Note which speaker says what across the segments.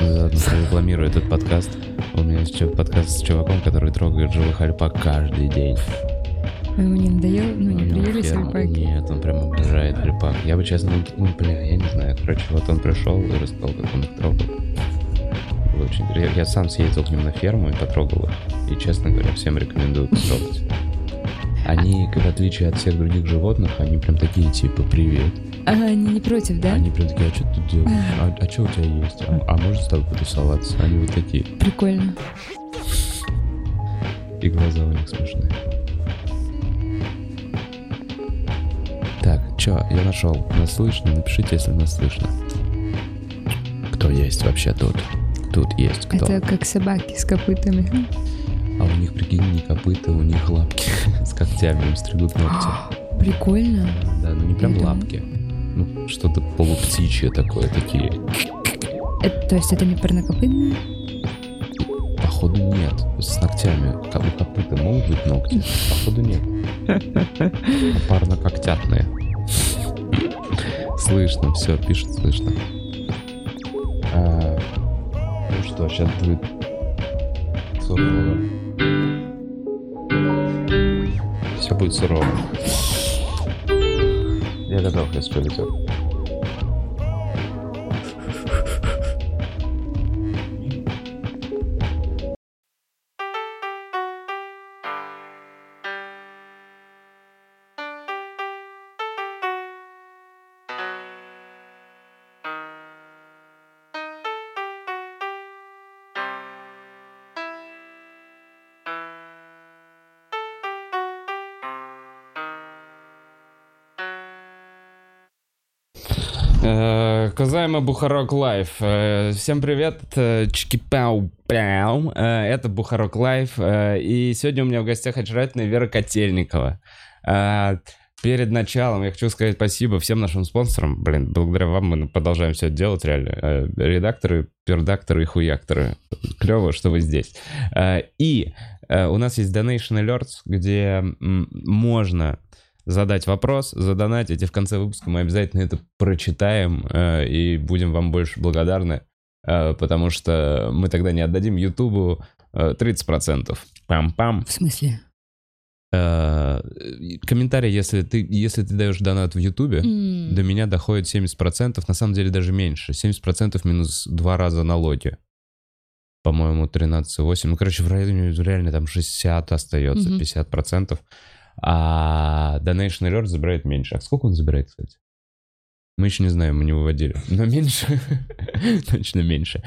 Speaker 1: Рекламирую этот подкаст. У меня есть подкаст с чуваком, который трогает живых альпак каждый день.
Speaker 2: Ему не надоело? Ну, не приелись альпаки?
Speaker 1: Нет, он прям обожает альпак. Я бы, честно, я не знаю. Короче, вот он пришел и рассказал, как он их трогал. Было очень интересно. Я сам съездил к ним на ферму и потрогал их. И, честно говоря, всем рекомендую потрогать. Они, в отличие от всех других животных, они прям такие, типа, привет.
Speaker 2: А они не против, да?
Speaker 1: Они прям такие, а что ты тут делаешь? А что у тебя есть? А может с тобой потусоваться? Они вот такие.
Speaker 2: Прикольно.
Speaker 1: И глаза у них смешные. Так, чё, я нашел. Нас слышно? Напишите, если нас слышно. Кто есть вообще тут? Тут есть кто?
Speaker 2: Это как собаки с копытами.
Speaker 1: А у них, прикинь, не копыта, у них лапки с когтями, им стригут ногти.
Speaker 2: Прикольно.
Speaker 1: Да, ну не прям лапки. Ну, что-то полуптичье такое, такие.
Speaker 2: То есть это не парнокопытные?
Speaker 1: Походу нет. С ногтями. У копыта могут быть ногти? Походу нет. Парнокогтятные. Слышно, все, пишет, слышно. Ну что, сейчас будет сурово. Все будет сурово. Я готов, если что, летет. Козаема Бухарок Лайв. Всем привет, чики-пау-пау. Это Бухарок Лайв. И сегодня у меня в гостях очаровательная Вера Котельникова. Перед началом я хочу сказать спасибо всем нашим спонсорам. Блин, благодаря вам мы продолжаем все это делать, реально. Редакторы, пердакторы и хуякторы. Клево, что вы здесь. И у нас есть Donation Alerts, где можно задать вопрос, задонатить, и в конце выпуска мы обязательно это прочитаем и будем вам больше благодарны, потому что мы тогда не отдадим Ютубу 30%. Пам-пам.
Speaker 2: В смысле?
Speaker 1: Комментарий, если ты даешь донат в Ютубе, до меня доходит 70%, на самом деле даже меньше. 70% минус 2 раза налоги. По-моему, 13,8. Ну, короче, в районе реально там 60 остается, 50%. А Donation Alert забирает меньше. А сколько он забирает, кстати? Мы еще не знаем, мы не выводили. Но меньше. Точно меньше.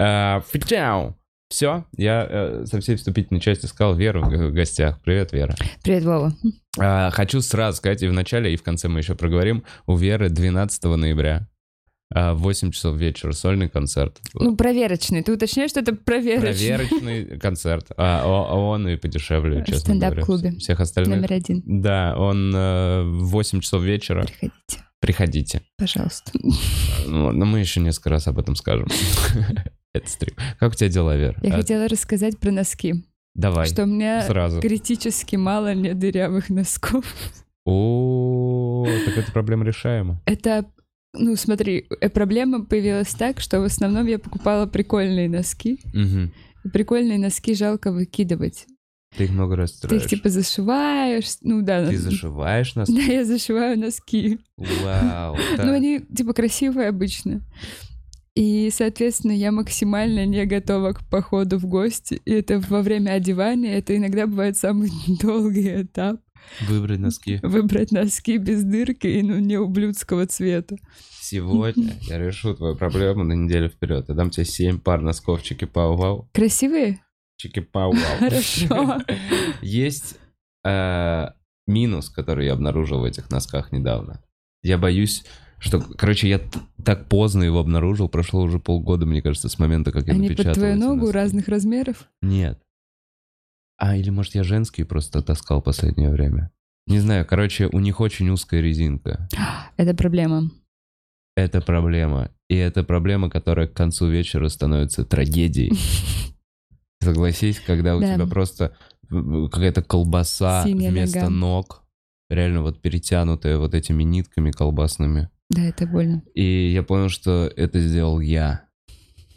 Speaker 1: Все, я со всей вступительной части сказал Веру в гостях. Привет, Вера.
Speaker 2: Привет, Вова.
Speaker 1: Хочу сразу сказать, и в начале, и в конце мы еще проговорим. У Веры 12 ноября в 8 часов вечера сольный концерт.
Speaker 2: Ну, проверочный. Ты уточняешь, что это проверочный?
Speaker 1: Проверочный концерт. Он и подешевле, честно говоря.
Speaker 2: В стендап-клубе.
Speaker 1: Всех остальных.
Speaker 2: Номер 1.
Speaker 1: Да, он в 8 часов вечера. Приходите.
Speaker 2: Пожалуйста.
Speaker 1: Но мы еще несколько раз об этом скажем. Это стрим. Как у тебя дела, Вера?
Speaker 2: Я хотела рассказать про носки.
Speaker 1: Давай.
Speaker 2: Что у меня
Speaker 1: сразу
Speaker 2: критически мало недырявых носков.
Speaker 1: О, так эта проблема решаема.
Speaker 2: Это... Ну, смотри, проблема появилась так, что в основном я покупала прикольные носки.
Speaker 1: Угу.
Speaker 2: И прикольные носки жалко выкидывать.
Speaker 1: Ты их много раз стираешь.
Speaker 2: Ты их типа зашиваешь. Ну да.
Speaker 1: Ты зашиваешь носки?
Speaker 2: Да, я зашиваю носки.
Speaker 1: Вау.
Speaker 2: Ну, они типа красивые обычно. И, соответственно, я максимально не готова к походу в гости. И это во время одевания. Это иногда бывает самый долгий этап.
Speaker 1: Выбрать носки.
Speaker 2: Выбрать носки без дырки и, не ублюдского цвета.
Speaker 1: Сегодня я решу твою проблему на неделю вперед. Я дам тебе 7 пар носков чики-пау-вау.
Speaker 2: Красивые?
Speaker 1: Чики-пау-вау.
Speaker 2: Хорошо.
Speaker 1: Есть минус, который я обнаружил в этих носках недавно. Я боюсь, что... Короче, я так поздно его обнаружил. Прошло уже полгода, мне кажется, с момента, как я напечатал.
Speaker 2: Они под твою ногу разных размеров?
Speaker 1: Нет. Или, может, я женские просто таскал в последнее время. Не знаю, короче, у них очень узкая резинка.
Speaker 2: Это проблема.
Speaker 1: Это проблема. И это проблема, которая к концу вечера становится трагедией. Согласись, когда у тебя просто какая-то колбаса
Speaker 2: синяя
Speaker 1: вместо ног, реально вот перетянутая вот этими нитками колбасными.
Speaker 2: Да, это больно.
Speaker 1: И я понял, что это сделал я.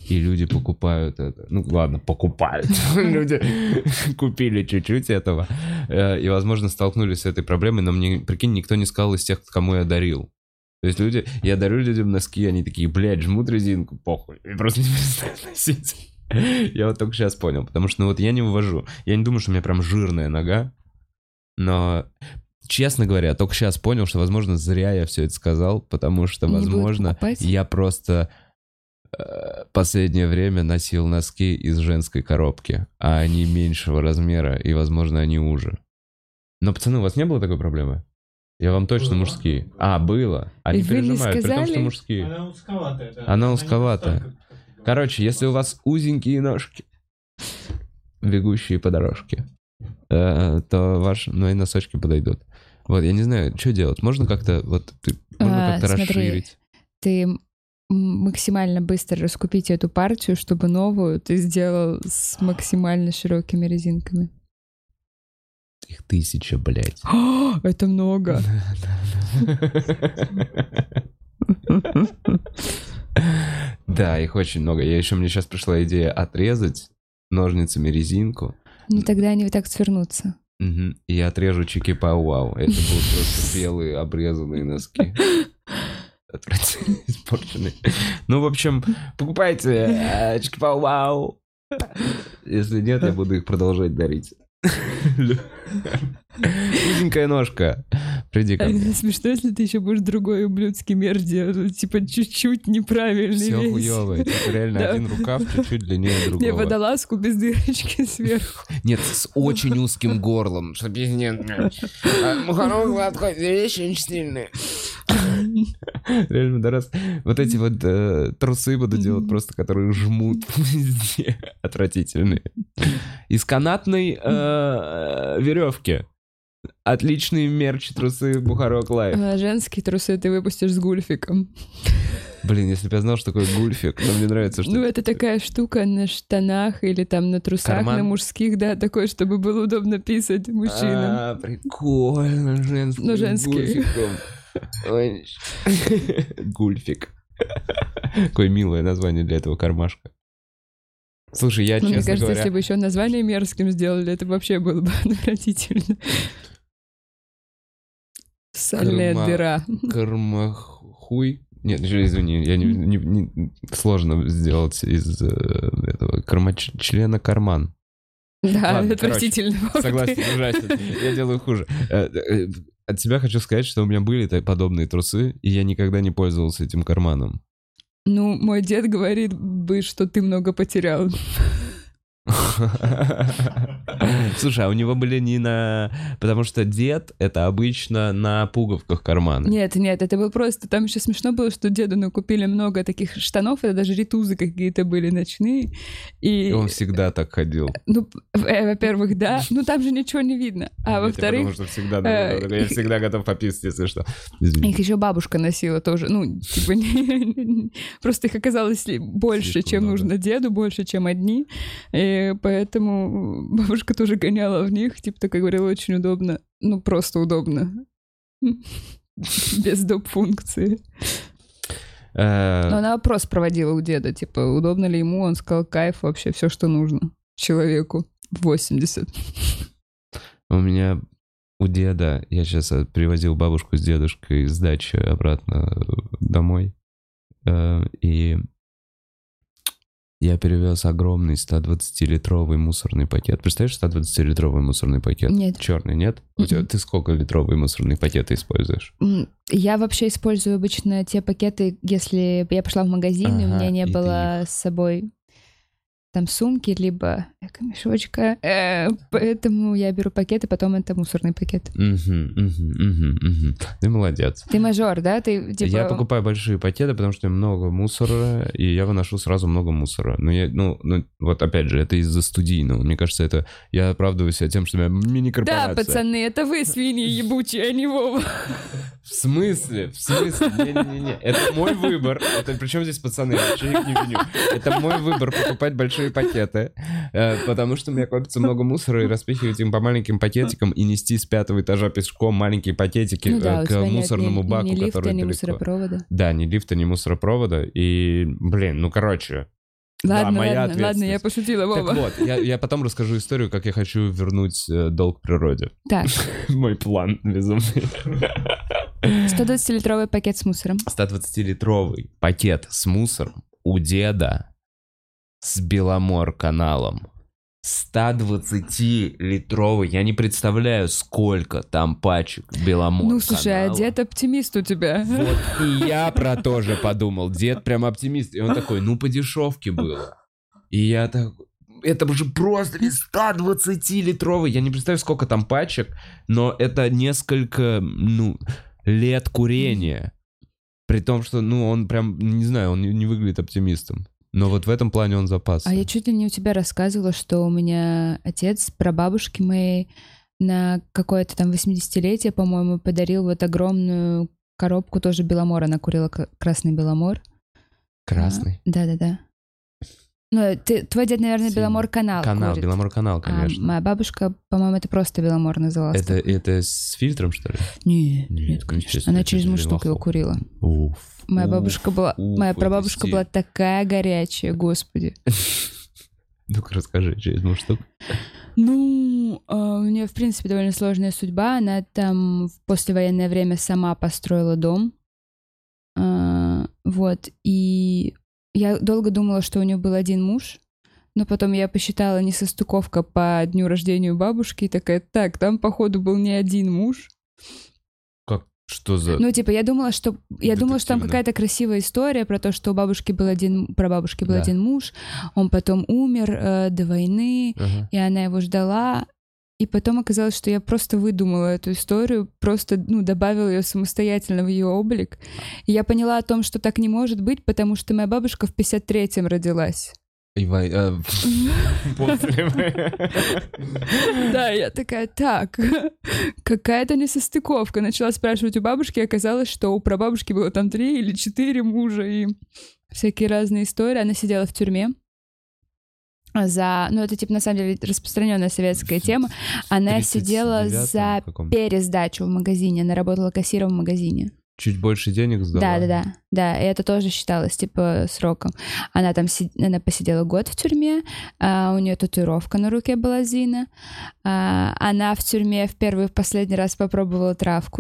Speaker 1: и люди покупают это. Ну, ладно, покупают. Люди купили чуть-чуть этого. И, возможно, столкнулись с этой проблемой, но мне, прикинь, никто не сказал из тех, кому я дарил. То есть люди, я дарю людям носки, они такие, блядь, жмут резинку, похуй. И просто не перестают носить. Я вот только сейчас понял, потому что, ну вот я не увожу. Я не думаю, что у меня прям жирная нога, но, честно говоря, только сейчас понял, что, возможно, зря я все это сказал, потому что, возможно, я просто последнее время носил носки из женской коробки, а они меньшего размера, и, возможно, они уже. Но, пацаны, у вас не было такой проблемы? Я вам точно было. Мужские. Было. Они пережимают, при том, что мужские.
Speaker 3: Она узковатая. Да.
Speaker 1: Она узковатая. Короче, если у вас узенькие ножки, бегущие по дорожке, то ваши носочки подойдут. Вот, я не знаю, что делать. Можно как-то расширить?
Speaker 2: Ты максимально быстро раскупить эту партию, чтобы новую ты сделал с максимально широкими резинками.
Speaker 1: Их 1000, блядь.
Speaker 2: Это много.
Speaker 1: Да, их очень много. Мне сейчас пришла идея отрезать ножницами резинку.
Speaker 2: Ну тогда они вот так свернутся.
Speaker 1: И я отрежу чики-пау-вау. Это будут просто белые обрезанные носки. Отвратительно испорченные. Ну, в общем, покупайте чики-пау-вау. Если нет, я буду их продолжать дарить. Узенькая ножка. Приди ко мне.
Speaker 2: Смешно, если ты еще будешь другой ублюдский мерч делать. Типа чуть-чуть неправильный.
Speaker 1: Все хуёвое. Типа реально один рукав чуть-чуть длиннее другого.
Speaker 2: Не, водолазку без дырочки сверху.
Speaker 1: Нет, с очень узким горлом. Чтобы нет. Мухорок гладкой, вещи очень стильные. Реально, да раз. Вот эти вот трусы буду делать просто, которые жмут везде. Отвратительные. Из канатной веревки. Отличные мерч трусы Бухарок Лайф.
Speaker 2: Женские трусы ты выпустишь с гульфиком.
Speaker 1: Блин, если бы я знал, что такое гульфик, но мне нравится, что...
Speaker 2: Ну, это такая штука на штанах или там на трусах, карман? На мужских, да, такой, чтобы было удобно писать мужчинам.
Speaker 1: Прикольно, женский.
Speaker 2: Ну, женский.
Speaker 1: Гульфик. Какое милое название для этого кармашка. Слушай, я, честно
Speaker 2: мне кажется,
Speaker 1: говоря...
Speaker 2: если бы еще название мерзким сделали, это вообще было бы отвратительно. Сальная дыра.
Speaker 1: Кормахуй. Нет, извини, я не сложно сделать из этого члена карман.
Speaker 2: Да, ладно, отвратительно.
Speaker 1: Короче, согласен, ужасно. Я делаю хуже. От себя хочу сказать, что у меня были подобные трусы, и я никогда не пользовался этим карманом.
Speaker 2: Ну, мой дед говорит бы, что ты много потерял.
Speaker 1: Слушай, а у него были не на... Потому что дед — это обычно на пуговках кармана.
Speaker 2: Нет, это было просто... Там еще смешно было, что деду накупили много таких штанов, это даже ритузы какие-то были ночные. И
Speaker 1: он всегда так ходил.
Speaker 2: Ну, во-первых, да. Ну, там же ничего не видно. А во-вторых...
Speaker 1: Потому что я всегда готов пописать, если что. Извини.
Speaker 2: Их еще бабушка носила тоже. Ну, типа... Просто их оказалось больше, чем нужно деду, больше, чем одни. И поэтому бабушка тоже гоняла в них, типа, так говорила, очень удобно. Ну, просто удобно. Без доп-функции. Но она опрос проводила у деда, типа, удобно ли ему, он сказал, кайф, вообще все, что нужно человеку в 80.
Speaker 1: У меня у деда, я сейчас привозил бабушку с дедушкой с дачи обратно домой, и я перевез огромный 120-литровый мусорный пакет. Представляешь, 120-литровый мусорный пакет?
Speaker 2: Нет.
Speaker 1: Черный, нет? У тебя, ты сколько литровые мусорные пакеты используешь?
Speaker 2: Я вообще использую обычно те пакеты, если я пошла в магазин, и у меня не было с собой там сумки, либо мешочка. Поэтому я беру пакеты, потом это мусорный пакет.
Speaker 1: Ты молодец.
Speaker 2: Ты мажор, да? Ты, типа...
Speaker 1: Я покупаю большие пакеты, потому что много мусора, и я выношу сразу много мусора. Но вот опять же, это из-за студийного. Мне кажется, это я оправдываю себя тем, что у меня мини-корпорация.
Speaker 2: Да, пацаны, это вы свиньи ебучие, а не Вова.
Speaker 1: В смысле? Не-не-не. Это мой выбор. Причем здесь пацаны? Я вообще их не виню. Это мой выбор покупать большие пакеты, потому что у меня копится много мусора, и распихивать им по маленьким пакетикам и нести с 5-го этажа пешком маленькие пакетики к мусорному баку,
Speaker 2: ни
Speaker 1: который
Speaker 2: лифта, ни
Speaker 1: далеко.
Speaker 2: мусоропровода.
Speaker 1: Да, ни лифта, ни мусоропровода. И, блин, ну короче,
Speaker 2: Ладно, я пошутила, Вова.
Speaker 1: Так вот, я потом расскажу историю, как я хочу вернуть долг природе.
Speaker 2: Так.
Speaker 1: Мой план безумный.
Speaker 2: 120-литровый пакет с мусором.
Speaker 1: 120-литровый пакет с мусором у деда с Беломор-каналом. 120-литровый. Я не представляю, сколько там пачек Беломор-канала.
Speaker 2: Ну, слушай, а дед оптимист у тебя.
Speaker 1: Вот и я про то же подумал. Дед прям оптимист. И он такой, ну, по дешевке было. И я такой, это же просто 120-литровый. Я не представляю, сколько там пачек, но это несколько, лет курения. При том, что, он прям, не знаю, он не выглядит оптимистом. Но вот в этом плане он запас.
Speaker 2: А я чуть ли не у тебя рассказывала, что у меня отец прабабушки моей на какое-то там 80-летие, по-моему, подарил вот огромную коробку тоже Беломора. Она курила красный Беломор.
Speaker 1: Красный?
Speaker 2: Да. Ну, твой дед, наверное, Беломор-канал курит.
Speaker 1: Беломор-канал, конечно.
Speaker 2: А моя бабушка, по-моему, это просто Беломор называлась.
Speaker 1: Это с фильтром, что ли?
Speaker 2: Нет, конечно. Она через мундштук его курила. Моя прабабушка была такая горячая, господи.
Speaker 1: Ну-ка расскажи, через мундштук.
Speaker 2: Ну, у нее, в принципе, довольно сложная судьба. Она там в послевоенное время сама построила дом. Вот, и я долго думала, что у нее был один муж, но потом я посчитала несостыковка по дню рождения бабушки и такая, там, походу, был не один муж.
Speaker 1: Как? Что за...
Speaker 2: Ну, типа, я думала, что там какая-то красивая история про то, что у бабушки был прабабушки был один муж, он потом умер до войны, и она его ждала. И потом оказалось, что я просто выдумала эту историю, просто, добавила ее самостоятельно в ее облик. И я поняла о том, что так не может быть, потому что моя бабушка в 53-м родилась. Да, я такая, какая-то несостыковка. Начала спрашивать у бабушки, и оказалось, что у прабабушки было там 3 или 4 мужа, и всякие разные истории. Она сидела в тюрьме. Это типа на самом деле распространенная советская тема. Она сидела за пересдачу в магазине. Она работала кассиром в магазине.
Speaker 1: Чуть больше денег сдала?
Speaker 2: Да, и это тоже считалось типа сроком. Она там она посидела год в тюрьме, у нее татуировка на руке была Зина. Она в тюрьме в первый и в последний раз попробовала травку.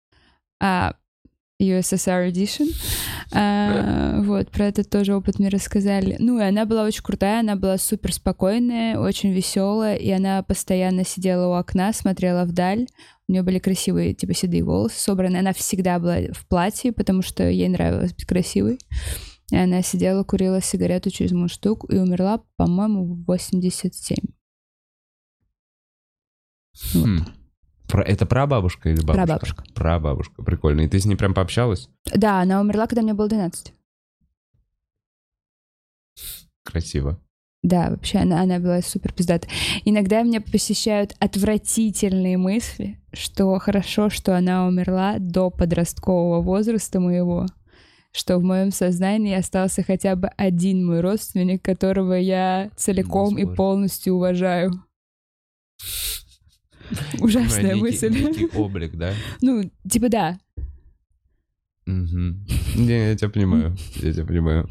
Speaker 2: USSR Edition. Вот, про этот тоже опыт мне рассказали. Ну, и она была очень крутая, она была супер спокойная, очень веселая, и она постоянно сидела у окна, смотрела вдаль. У нее были красивые, типа, седые волосы собраны. Она всегда была в платье, потому что ей нравилось быть красивой. И она сидела, курила сигарету через мундштук и умерла, по-моему, в 87.
Speaker 1: Это прабабушка или бабушка? Прабабушка, прикольно. И ты с ней прям пообщалась?
Speaker 2: Да, она умерла, когда мне было 12.
Speaker 1: Красиво.
Speaker 2: Да, вообще она была супер пиздата. Иногда меня посещают отвратительные мысли, что хорошо, что она умерла до подросткового возраста моего, что в моем сознании остался хотя бы один мой родственник, которого я целиком и полностью уважаю. Ужасная мысль.
Speaker 1: Некий облик, да?
Speaker 2: Ну, типа да.
Speaker 1: Не, я тебя понимаю.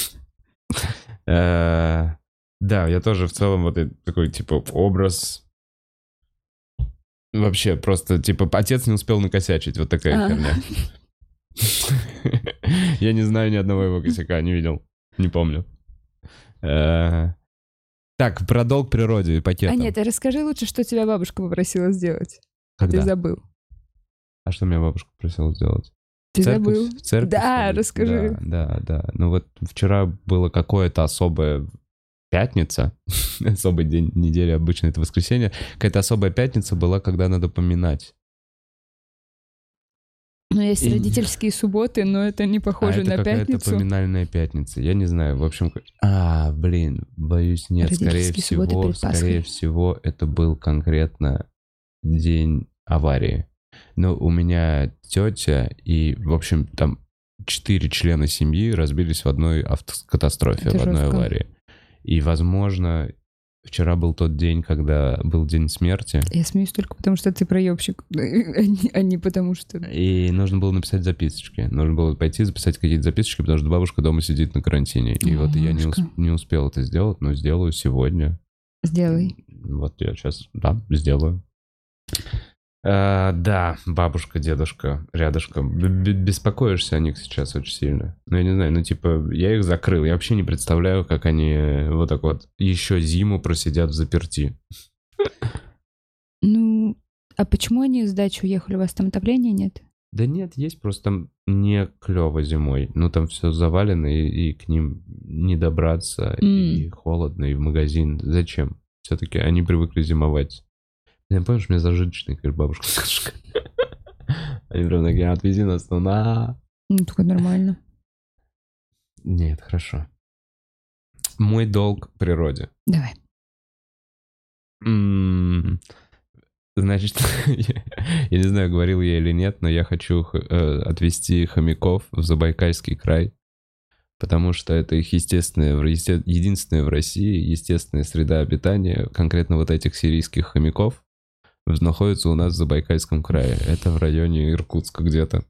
Speaker 1: Да, я тоже в целом вот такой, типа, образ... Вообще, просто, типа, отец не успел накосячить, вот такая херня. Я не знаю ни одного его косяка, не видел, не помню. Так, про долг природе и пакетом.
Speaker 2: Нет, расскажи лучше, что тебя бабушка попросила сделать.
Speaker 1: Когда?
Speaker 2: Ты забыл.
Speaker 1: А что меня бабушка просила сделать?
Speaker 2: Ты забыл?
Speaker 1: В церковь?
Speaker 2: Да, расскажи.
Speaker 1: Да. Ну вот вчера было какое-то особое пятница, особый день недели, обычно это воскресенье. Какая-то особая пятница была, когда надо поминать.
Speaker 2: Ну, есть родительские субботы, но это не похоже на пятницу.
Speaker 1: Это какая-то поминальная пятница. Я не знаю, в общем... боюсь, нет. Скорее всего, это был конкретно день аварии. Но у меня тетя и, в общем, там 4 члена семьи разбились в одной автокатастрофе, в одной аварии. И, возможно, вчера был тот день, когда был день смерти.
Speaker 2: Я смеюсь только потому, что ты проебщик, а не потому что...
Speaker 1: И нужно было написать записочки. Нужно было пойти записать какие-то записочки, потому что бабушка дома сидит на карантине. И вот я не успел это сделать, но сделаю сегодня.
Speaker 2: Сделай.
Speaker 1: Вот я сейчас, да, сделаю. Да, бабушка, дедушка рядышком. Беспокоишься о них сейчас очень сильно. Ну, я не знаю, ну, типа, я их закрыл. Я вообще не представляю, как они вот так вот еще зиму просидят в заперти.
Speaker 2: Ну, а почему они с дачи уехали? У вас там отопления нет?
Speaker 1: Да нет, есть, просто там не клево зимой. Ну, там все завалено, и к ним не добраться, и холодно, и в магазин. Зачем? Все-таки они привыкли зимовать. Я помнишь, меня зажиточный, как бабушка Сашка. Они прям такие, отвези нас на...
Speaker 2: Ну, только нормально.
Speaker 1: Нет, хорошо. Мой долг природе.
Speaker 2: Давай.
Speaker 1: Значит, я не знаю, говорил я или нет, но я хочу отвезти хомяков в Забайкальский край, потому что это их единственная в России естественная среда обитания, конкретно вот этих сирийских хомяков, находится у нас в Забайкальском крае. Это в районе Иркутска где-то.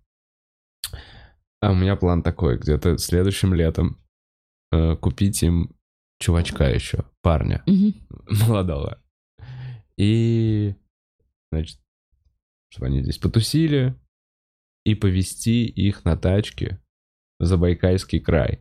Speaker 1: А у меня план такой, где-то следующим летом купить им чувачка еще, парня, молодого. И, значит, чтобы они здесь потусили, и повезти их на тачке в Забайкальский край.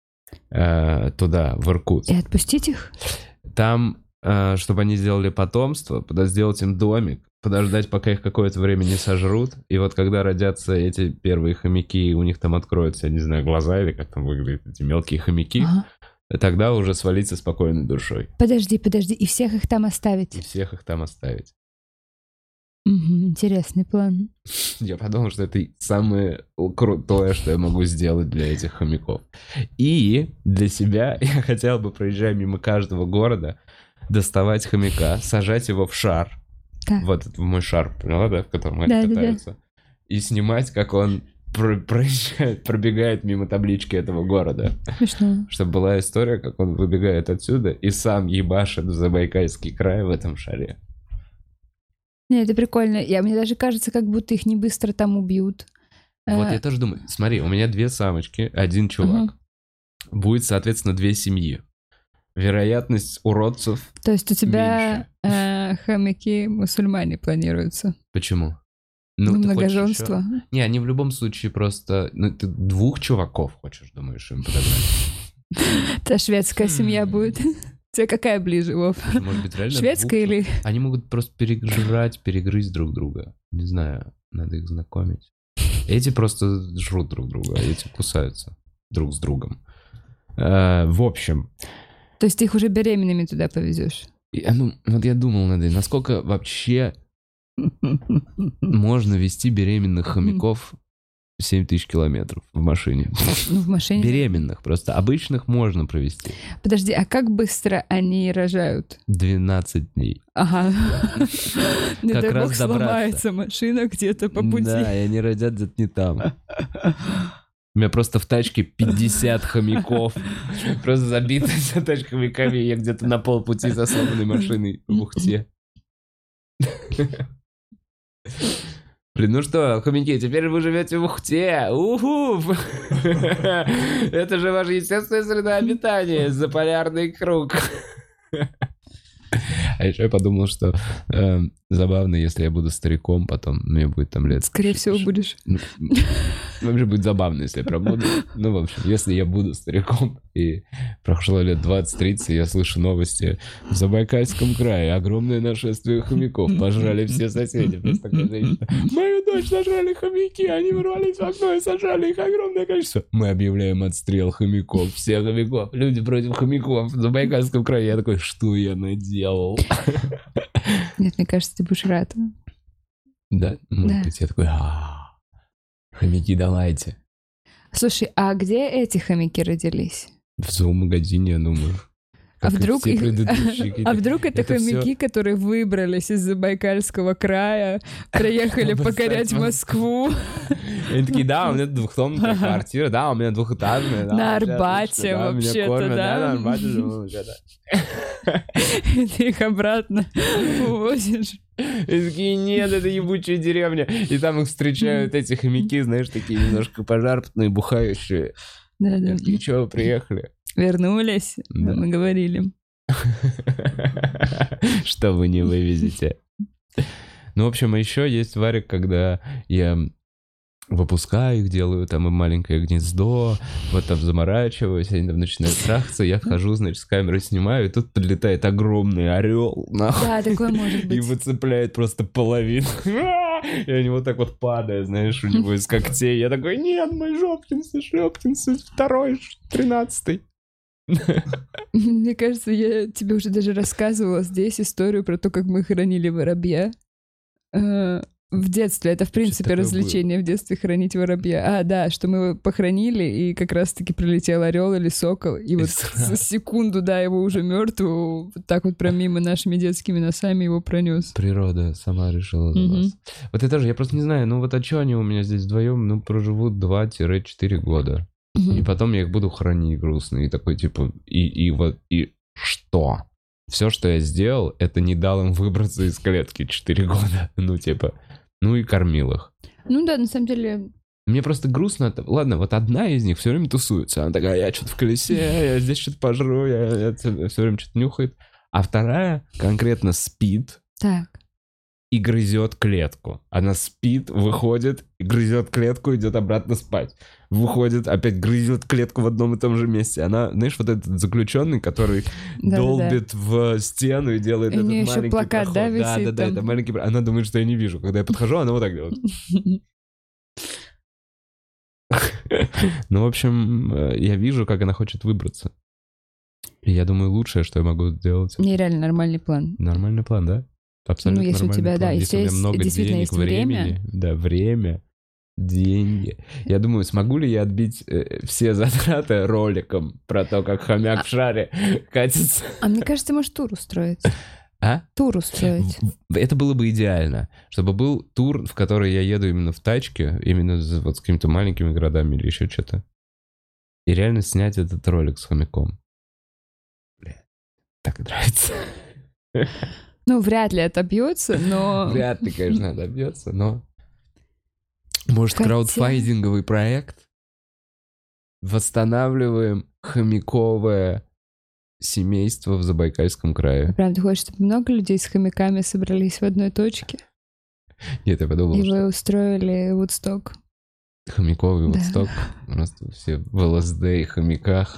Speaker 1: Туда, в Иркутск.
Speaker 2: И отпустить их?
Speaker 1: Там, чтобы они сделали потомство, сделать им домик, подождать, пока их какое-то время не сожрут. И вот когда родятся эти первые хомяки, у них там откроются, я не знаю, глаза или как там выглядят эти мелкие хомяки, тогда уже свалиться спокойной душой.
Speaker 2: Подожди, и всех их там оставить?
Speaker 1: И всех их там оставить.
Speaker 2: Интересный план.
Speaker 1: Я подумал, что это самое крутое, что я могу сделать для этих хомяков. И для себя я хотел бы, проезжая мимо каждого города, доставать хомяка, сажать его в шар.
Speaker 2: Так.
Speaker 1: Вот это мой шар, поняла, да, в котором они катаются. Да. И снимать, как он пробегает мимо таблички этого города.
Speaker 2: Смешно.
Speaker 1: Чтобы была история, как он выбегает отсюда и сам ебашит в Забайкальский край в этом шаре.
Speaker 2: Не, это прикольно. Мне даже кажется, как будто их не быстро там убьют.
Speaker 1: Вот я тоже думаю. Смотри, у меня 2 самочки, 1 чувак. Будет, соответственно, 2 семьи. Вероятность уродцев.
Speaker 2: То есть у тебя хомяки мусульмане планируются?
Speaker 1: Почему?
Speaker 2: Ну, многоженство.
Speaker 1: Еще... Не, они в любом случае просто... Ну, ты 2 чуваков хочешь, думаешь, им подобрать?
Speaker 2: Это шведская семья будет. Тебе какая ближе, Вов?
Speaker 1: Может быть, реально
Speaker 2: шведская или...
Speaker 1: Они могут просто перегрызть друг друга. Не знаю, надо их знакомить. Эти просто жрут друг друга, а эти кусаются друг с другом. В общем...
Speaker 2: То есть ты их уже беременными туда повезешь?
Speaker 1: Вот я думал над этим, насколько вообще можно вести беременных хомяков 7000 километров в машине.
Speaker 2: Ну, в машине?
Speaker 1: Беременных просто. Обычных можно провести.
Speaker 2: Подожди, а как быстро они рожают?
Speaker 1: 12 дней.
Speaker 2: Ага. Не
Speaker 1: как
Speaker 2: дай
Speaker 1: раз
Speaker 2: бог
Speaker 1: добраться.
Speaker 2: Сломается машина где-то по пути.
Speaker 1: Да, и они родят где-то не там. У меня просто в тачке 50 хомяков. Просто забита вся тачка хомяками. Я где-то на полпути за сломанной машиной в Ухте. Блин, ну что, хомяки, теперь вы живете в Ухте. Уху! Это же ваша естественная среда обитания. Заполярный круг. А еще я подумал, что забавно, если я буду стариком, потом мне будет там лет...
Speaker 2: Скорее всего, будешь.
Speaker 1: Вообще будет забавно, если я пробуду. Ну, в общем, если я буду стариком, и прошло лет 20-30, я слышу новости. В Забайкальском крае огромное нашествие хомяков. Пожрали все соседи. Просто такая женщина. Мою дочь сожрали хомяки, они ворвались в окно и сожрали их огромное количество. Мы объявляем отстрел хомяков. Всех хомяков. Люди против хомяков в Забайкальском крае. Я такой, что я наделал?
Speaker 2: Нет, мне кажется, ты будешь рад.
Speaker 1: Да? Может быть, я такой... Хомяки, давайте.
Speaker 2: Слушай, а где эти хомяки родились?
Speaker 1: В зоомагазине, я думаю.
Speaker 2: А
Speaker 1: как и
Speaker 2: вдруг
Speaker 1: все
Speaker 2: их-
Speaker 1: предыдущие.
Speaker 2: А вдруг это
Speaker 1: Это всё-
Speaker 2: хомяки, которые выбрались из Забайкальского края, приехали
Speaker 1: Чтобы
Speaker 2: покорять
Speaker 1: стать
Speaker 2: Москву
Speaker 1: И они такие, да, у меня двухкомнатная квартира, да, у меня двухэтажная. да,
Speaker 2: На
Speaker 1: вообще
Speaker 2: Арбате
Speaker 1: отлично, да, меня
Speaker 2: вообще-то,
Speaker 1: кормят,
Speaker 2: да.
Speaker 1: на Арбате живу, вообще, да.
Speaker 2: и ты их обратно увозишь.
Speaker 1: И такие, нет, это ебучая деревня. И там их встречают эти хомяки, знаешь, такие немножко пожарпанные, бухающие.
Speaker 2: Да-да.
Speaker 1: И чё, вы приехали?
Speaker 2: Вернулись,
Speaker 1: Да.
Speaker 2: мы говорили.
Speaker 1: Что вы не вывезете. Ну, в общем, а еще есть варик, когда я выпускаю их, делаю там им маленькое гнездо, вот там заморачиваюсь, они там начинают трахаться, я вхожу, значит, с камерой снимаю, и тут подлетает огромный орел, нахуй,
Speaker 2: Да, такое может
Speaker 1: и
Speaker 2: быть.
Speaker 1: выцепляет просто половину. И они вот так вот падают, знаешь, у него из когтей. Я такой, нет, мой шлепкинсы, второй, 13-й.
Speaker 2: Мне кажется, я тебе уже даже рассказывала здесь историю про то, как мы хоронили воробья. В детстве. Это, в принципе,
Speaker 1: такое
Speaker 2: развлечение в детстве хранить воробья. А, да, что мы его похоронили, и как раз-таки прилетел орел или сокол, и вот
Speaker 1: сразу.
Speaker 2: за секунду, да, его уже мертвого, вот так вот прям мимо нашими детскими носами его пронес.
Speaker 1: Природа сама решила за
Speaker 2: Мгм.
Speaker 1: вас. Вот это же, я просто не знаю, ну вот а что они у меня здесь вдвоем, ну, проживут 2-4 года. И потом я их буду хранить грустно. И такой, типа, и вот, и что? Все, что я сделал, это не дал им выбраться из клетки 4 года. Ну, типа, ну и кормил их.
Speaker 2: Ну да, на самом деле,
Speaker 1: Мне просто грустно. Ладно, вот одна из них все время тусуется. Она такая, я что-то в колесе, я здесь что-то пожру, я все время что-то нюхает. А вторая конкретно спит
Speaker 2: так.
Speaker 1: и грызет клетку. Она спит, выходит, грызет клетку, идет обратно спать. Выходит, опять грызет клетку в одном и том же месте. Она, знаешь, вот этот заключенный, который
Speaker 2: Да-да-да.
Speaker 1: долбит в стену и делает
Speaker 2: И у
Speaker 1: этот
Speaker 2: неё ещё
Speaker 1: маленький
Speaker 2: плакат,
Speaker 1: проход.
Speaker 2: да, висит
Speaker 1: Да,
Speaker 2: там?
Speaker 1: это маленький... Она думает, что я не вижу. Когда я подхожу, она вот так делает. Ну, в общем, я вижу, как она хочет выбраться. И я думаю, лучшее, что я могу сделать...
Speaker 2: Нереально нормальный план.
Speaker 1: Нормальный план, да? Абсолютно
Speaker 2: Ну, если у
Speaker 1: нормальный
Speaker 2: тебя, да,
Speaker 1: план.
Speaker 2: если
Speaker 1: у меня
Speaker 2: есть-
Speaker 1: много
Speaker 2: действительно
Speaker 1: денег,
Speaker 2: есть время.
Speaker 1: времени, да, время, деньги. Я думаю, смогу ли я отбить все затраты роликом про то, как хомяк в шаре катится?
Speaker 2: А мне кажется, можешь тур устроить.
Speaker 1: А?
Speaker 2: Тур устроить.
Speaker 1: Это было бы идеально, чтобы был тур, в который я еду именно в тачке, именно вот с какими-то маленькими городами или еще что-то. И реально снять этот ролик с хомяком. Бля, так нравится.
Speaker 2: Ну, вряд ли отобьется, но...
Speaker 1: Вряд ли, конечно, добьется, но... Может,
Speaker 2: Хотя-
Speaker 1: краудфандинговый проект? Восстанавливаем хомяковое семейство в Забайкальском крае.
Speaker 2: Прям ты хочешь, чтобы много людей с хомяками собрались в одной точке?
Speaker 1: Нет, я подумал,
Speaker 2: И
Speaker 1: что
Speaker 2: вы устроили Вудсток?
Speaker 1: хомяковый
Speaker 2: Да.
Speaker 1: Вудсток. Просто все в ЛСД и хомяках.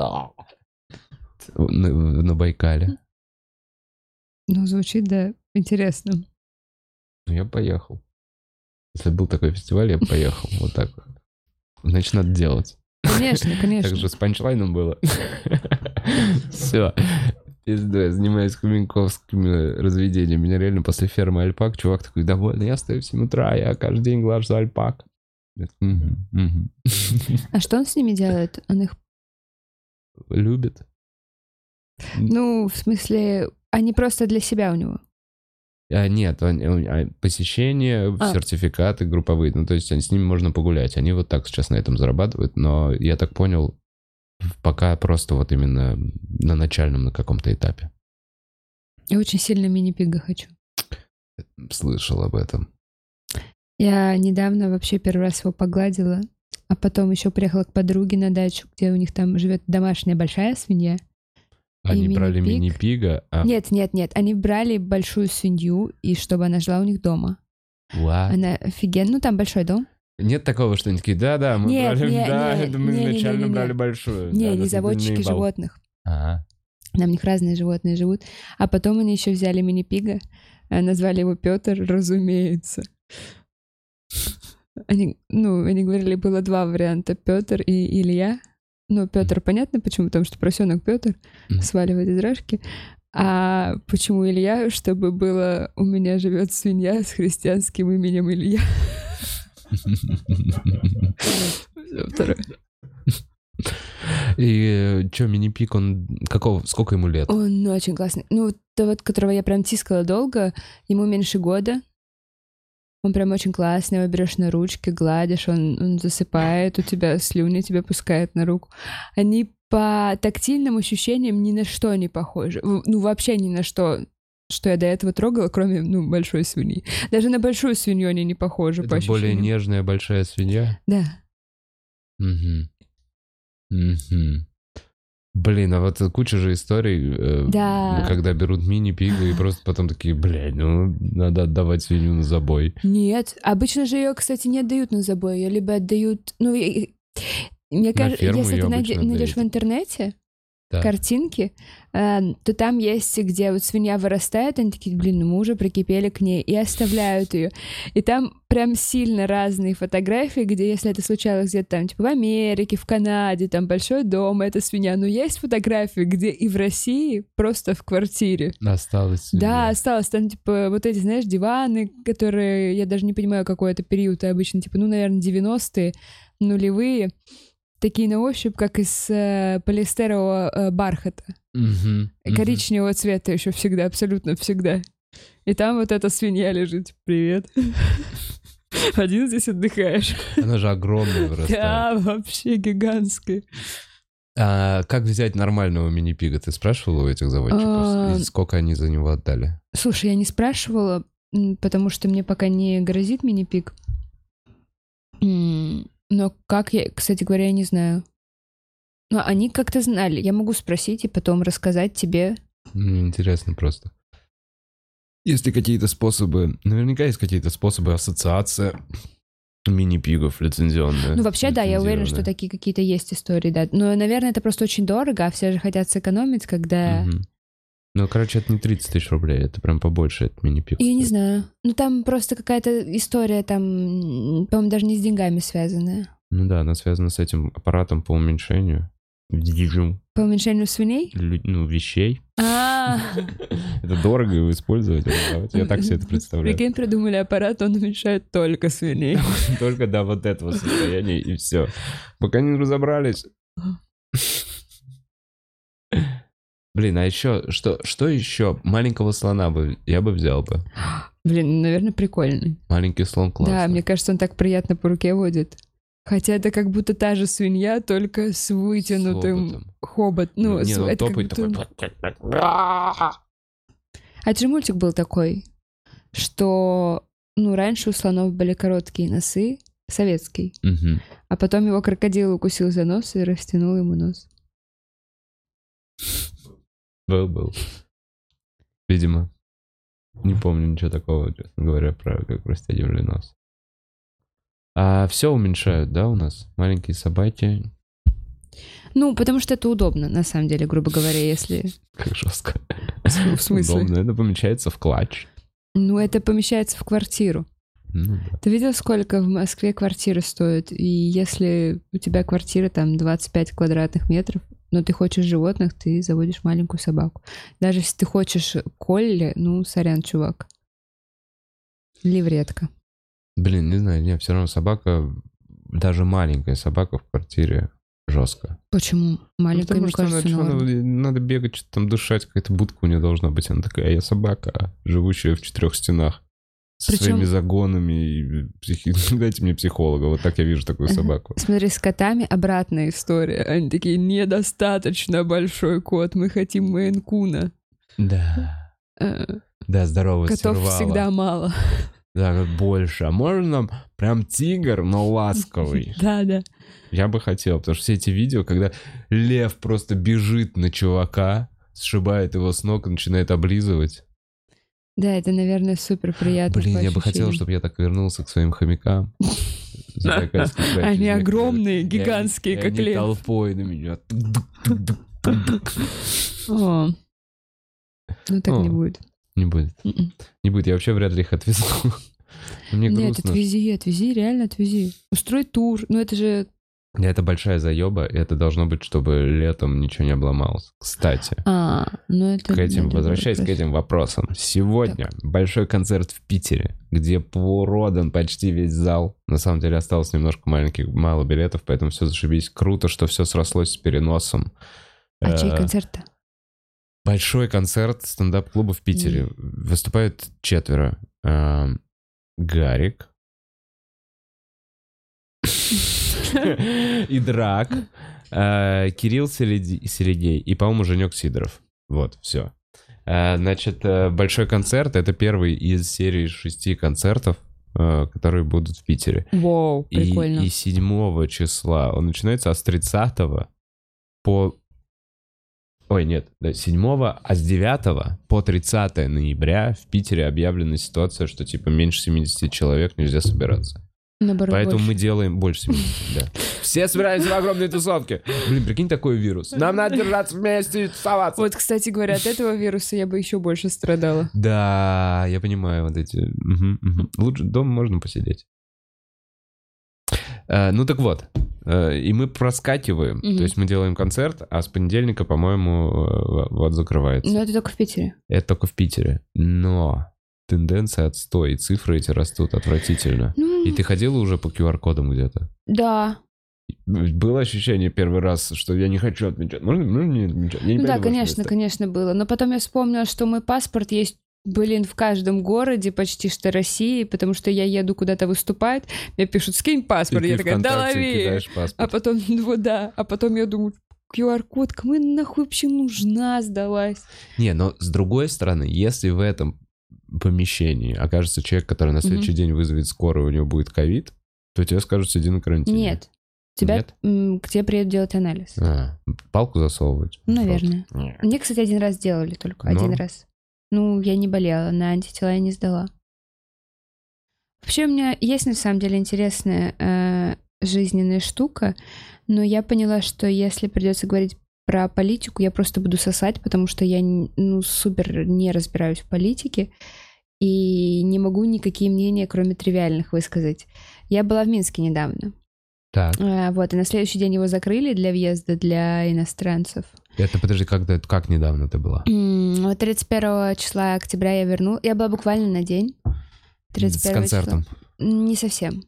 Speaker 1: На Байкале.
Speaker 2: Ну, звучит, да, интересно.
Speaker 1: Ну, я поехал. Если был такой фестиваль, я бы поехал. Вот так вот. Значит, надо делать.
Speaker 2: Конечно,
Speaker 1: Так
Speaker 2: конечно.
Speaker 1: же с панчлайном было. Все. Пизду, я занимаюсь хомяковскими разведениями. Меня реально после фермы альпак чувак такой, довольный, я стою в 7 утра, я каждый день глажу альпак. Я такой, «Мгм, мгм».
Speaker 2: А что он с ними делает? Он их...
Speaker 1: Любит.
Speaker 2: Ну, в смысле, они просто для себя у него.
Speaker 1: Нет, посещения,
Speaker 2: А.
Speaker 1: сертификаты групповые. Ну, то есть с ними можно погулять. Они вот так сейчас на этом зарабатывают. Но я так понял, пока просто вот именно на начальном на каком-то этапе.
Speaker 2: Я очень сильно мини-пига хочу.
Speaker 1: Слышал об этом.
Speaker 2: Я недавно вообще первый раз его погладила, а потом еще приехала к подруге на дачу, где у них там живет домашняя большая свинья.
Speaker 1: Они
Speaker 2: И
Speaker 1: брали
Speaker 2: мини-пиг?
Speaker 1: мини-пига, а...
Speaker 2: Нет, они брали большую свинью, и чтобы она жила у них дома.
Speaker 1: What?
Speaker 2: Она офигенно, ну там большой дом.
Speaker 1: Нет такого, что они такие, да, мы
Speaker 2: Нет,
Speaker 1: брали,
Speaker 2: не,
Speaker 1: да,
Speaker 2: не,
Speaker 1: это мы
Speaker 2: не, не,
Speaker 1: изначально
Speaker 2: не, не.
Speaker 1: брали большую.
Speaker 2: Не,
Speaker 1: Да,
Speaker 2: они
Speaker 1: нас
Speaker 2: заводчики
Speaker 1: наебал.
Speaker 2: животных.
Speaker 1: Ага.
Speaker 2: Там у них разные животные живут. А потом они еще взяли мини-пига, назвали его Петр, разумеется. Они говорили, было два варианта, Петр и Илья. Ну, Петр, понятно почему, потому что поросенок Петр сваливает из рожки. А почему Илья? Чтобы было «У меня живет свинья с христианским именем Илья». Второе.
Speaker 3: И что, мини-пиг, он сколько ему лет?
Speaker 2: Он очень классный. Ну, тот, которого я прям тискала долго, ему меньше года. Он прям очень классный, его берешь на ручки, гладишь, он засыпает, у тебя слюни тебя пускает на руку. Они по тактильным ощущениям ни на что не похожи. Ну, вообще ни на что я до этого трогала, кроме, большой свиньи. Даже на большую свинью они не похожи по ощущениям.
Speaker 3: Это более нежная большая свинья?
Speaker 2: Да.
Speaker 3: Блин, а вот куча же историй,
Speaker 2: Да.
Speaker 3: когда берут мини-пига и просто потом такие, надо отдавать свинью на забой.
Speaker 2: Нет, обычно же ее, кстати, не отдают на забой, ее либо отдают... Мне кажется, если ты найдешь в интернете картинки, то там есть, где вот свинья вырастает, они такие, мы уже прикипели к ней, и оставляют ее. И там прям сильно разные фотографии, где, если это случалось где-то там, типа в Америке, в Канаде, там большой дом, это свинья. Но есть фотографии, где и в России просто в квартире.
Speaker 3: Осталось свинья.
Speaker 2: Да, осталось. Там, типа, вот эти, знаешь, диваны, которые, я даже не понимаю, какой это период, обычно, типа, наверное, 90-е, нулевые. Такие на ощупь, как из полиэстерового бархата. Коричневого цвета еще всегда, абсолютно всегда. И там вот эта свинья лежит. Привет. Один здесь отдыхаешь.
Speaker 3: Она же огромная вырастает.
Speaker 2: Да, вообще гигантская.
Speaker 3: А как взять нормального мини-пига? Ты спрашивала у этих заводчиков? И сколько они за него отдали?
Speaker 2: Слушай, я не спрашивала, потому что мне пока не грозит мини-пиг. Но как я, кстати говоря, я не знаю. Но они как-то знали. Я могу спросить и потом рассказать тебе.
Speaker 3: Мне интересно просто. Есть ли какие-то способы... Наверняка есть какие-то способы ассоциации мини-пигов лицензионные.
Speaker 2: Ну, вообще, да, я уверена, что такие какие-то есть истории, да. Но, наверное, это просто очень дорого, а все же хотят сэкономить, когда...
Speaker 3: Ну, короче, это не 30 тысяч рублей, это прям побольше, это мини-пиг.
Speaker 2: Я не знаю. Ну, там просто какая-то история, там, по-моему, даже не с деньгами связанная.
Speaker 3: Ну да, она связана с этим аппаратом по уменьшению.
Speaker 2: По уменьшению свиней?
Speaker 3: Вещей. Это дорого его использовать. Я так себе это представляю.
Speaker 2: Прикинь, придумали аппарат, он уменьшает только свиней.
Speaker 3: Только до вот этого состояния, и все. Пока не разобрались. Блин, а еще, что еще? Маленького слона я бы взял бы.
Speaker 2: Блин, наверное, прикольный.
Speaker 3: Маленький слон классный.
Speaker 2: Да, мне кажется, он так приятно по руке водит. Хотя это как будто та же свинья, только с вытянутым хоботом. Ну,
Speaker 3: это топает
Speaker 2: будто... такой. А это же мультик был такой, что, раньше у слонов были короткие носы, советский, а потом его крокодил укусил за нос и растянул ему нос.
Speaker 3: Был. Видимо. Не помню ничего такого, честно говоря, про как растягивали нос. А все уменьшают, да, у нас? Маленькие собаки.
Speaker 2: Ну, потому что это удобно, на самом деле, грубо говоря, если...
Speaker 3: Как жестко.
Speaker 2: В смысле?
Speaker 3: Удобно, это помещается в клатч.
Speaker 2: Ну, это помещается в квартиру.
Speaker 3: Ну, да.
Speaker 2: Ты видел, сколько в Москве квартиры стоят? И если у тебя квартира там 25 квадратных метров, но ты хочешь животных, ты заводишь маленькую собаку. Даже если ты хочешь колли, сорян, чувак. Ливретка.
Speaker 3: Блин, не знаю, нет, все равно собака, даже маленькая собака в квартире жестко.
Speaker 2: Почему? Маленькая,
Speaker 3: мне кажется, надо бегать, что-то там дышать, какая-то будка у нее должна быть. Она такая, я собака, живущая в 4 стенах. Со своими загонами. Дайте мне психолога. Вот так я вижу такую собаку.
Speaker 2: Смотри, с котами обратная история. Они такие, недостаточно большой кот, мы хотим мейн-куна.
Speaker 3: Да. Да, здорово,
Speaker 2: котов
Speaker 3: сервала.
Speaker 2: Всегда мало.
Speaker 3: Да, больше. А можно нам прям тигр, но ласковый?
Speaker 2: Да.
Speaker 3: Я бы хотел, потому что все эти видео, когда лев просто бежит на чувака, сшибает его с ног и начинает облизывать.
Speaker 2: Да, это, наверное, супер приятно.
Speaker 3: Блин, я бы хотел, чтобы я так вернулся к своим хомякам.
Speaker 2: Они огромные, гигантские, как лев.
Speaker 3: Они толпой на меня.
Speaker 2: Ну так не будет.
Speaker 3: Не будет. Не будет, я вообще вряд ли их отвезу. Мне
Speaker 2: Нет,
Speaker 3: грустно.
Speaker 2: отвези, реально отвези. Устрой тур. Ну это же
Speaker 3: Это большая заеба, и это должно быть, чтобы летом ничего не обломалось. Кстати,
Speaker 2: ну это...
Speaker 3: возвращаясь к этим вопросам. Сегодня большой концерт в Питере, где продан почти весь зал. На самом деле осталось немножко мало билетов, поэтому все зашибись. Круто, что все срослось с переносом.
Speaker 2: А чей концерт-то?
Speaker 3: Большой концерт стендап-клуба в Питере. Выступают 4. Гарик. И Драк, Кирилл Серегей и, по-моему, Женек Сидоров. Вот, все. Значит, большой концерт — это первый из серии 6 концертов, которые будут в Питере.
Speaker 2: Вау, прикольно.
Speaker 3: И 7 числа он начинается, а с 30 по... Ой, нет, 7, а с 9 по 30 ноября в Питере объявлена ситуация, что типа меньше 70 человек нельзя собираться.
Speaker 2: Наоборот,
Speaker 3: поэтому
Speaker 2: больше.
Speaker 3: Мы делаем больше 70, да. Все собираемся в огромной тусовке. Блин, прикинь, такой вирус. Нам надо держаться вместе и тусоваться.
Speaker 2: Вот, кстати говоря, от этого вируса я бы еще больше страдала.
Speaker 3: Да, я понимаю вот эти... Лучше дома можно посидеть. Ну так вот. И мы проскакиваем. То есть мы делаем концерт, а с понедельника, по-моему, вот закрывается.
Speaker 2: Но это только в Питере.
Speaker 3: Это только в Питере. Но... Тенденция отстой, и цифры эти растут отвратительно. И ты ходила уже по QR-кодам где-то?
Speaker 2: Да.
Speaker 3: Было ощущение первый раз, что я не хочу отмечать. Можно не отмечать? Я не
Speaker 2: да, конечно, было. Но потом я вспомнила, что мой паспорт есть, в каждом городе почти что России, потому что я еду куда-то выступать, мне пишут, скинь паспорт. Я такая, да лови. А потом, а потом я думаю, QR-код, кому нахуй вообще нужна, сдалась?
Speaker 3: Не, но с другой стороны, если в этом помещении окажется человек, который на следующий день вызовет скорую, у него будет ковид, то тебе скажут, сиди на карантине.
Speaker 2: Нет. К тебе приедут делать анализ.
Speaker 3: Палку засовывать?
Speaker 2: Наверное. Мне, кстати, один раз делали только. Один раз. Я не болела, на антитела я не сдала. Вообще у меня есть, на самом деле, интересная жизненная штука, но я поняла, что если придется говорить про политику, я просто буду сосать, потому что я супер не разбираюсь в политике и не могу никакие мнения, кроме тривиальных, высказать. Я была в Минске недавно.
Speaker 3: Так.
Speaker 2: Вот, и на следующий день его закрыли для въезда для иностранцев.
Speaker 3: Это, подожди, как недавно ты была?
Speaker 2: Вот 31 числа октября я вернулась. Я была буквально на день. 31
Speaker 3: с концертом?
Speaker 2: Числа. Не совсем.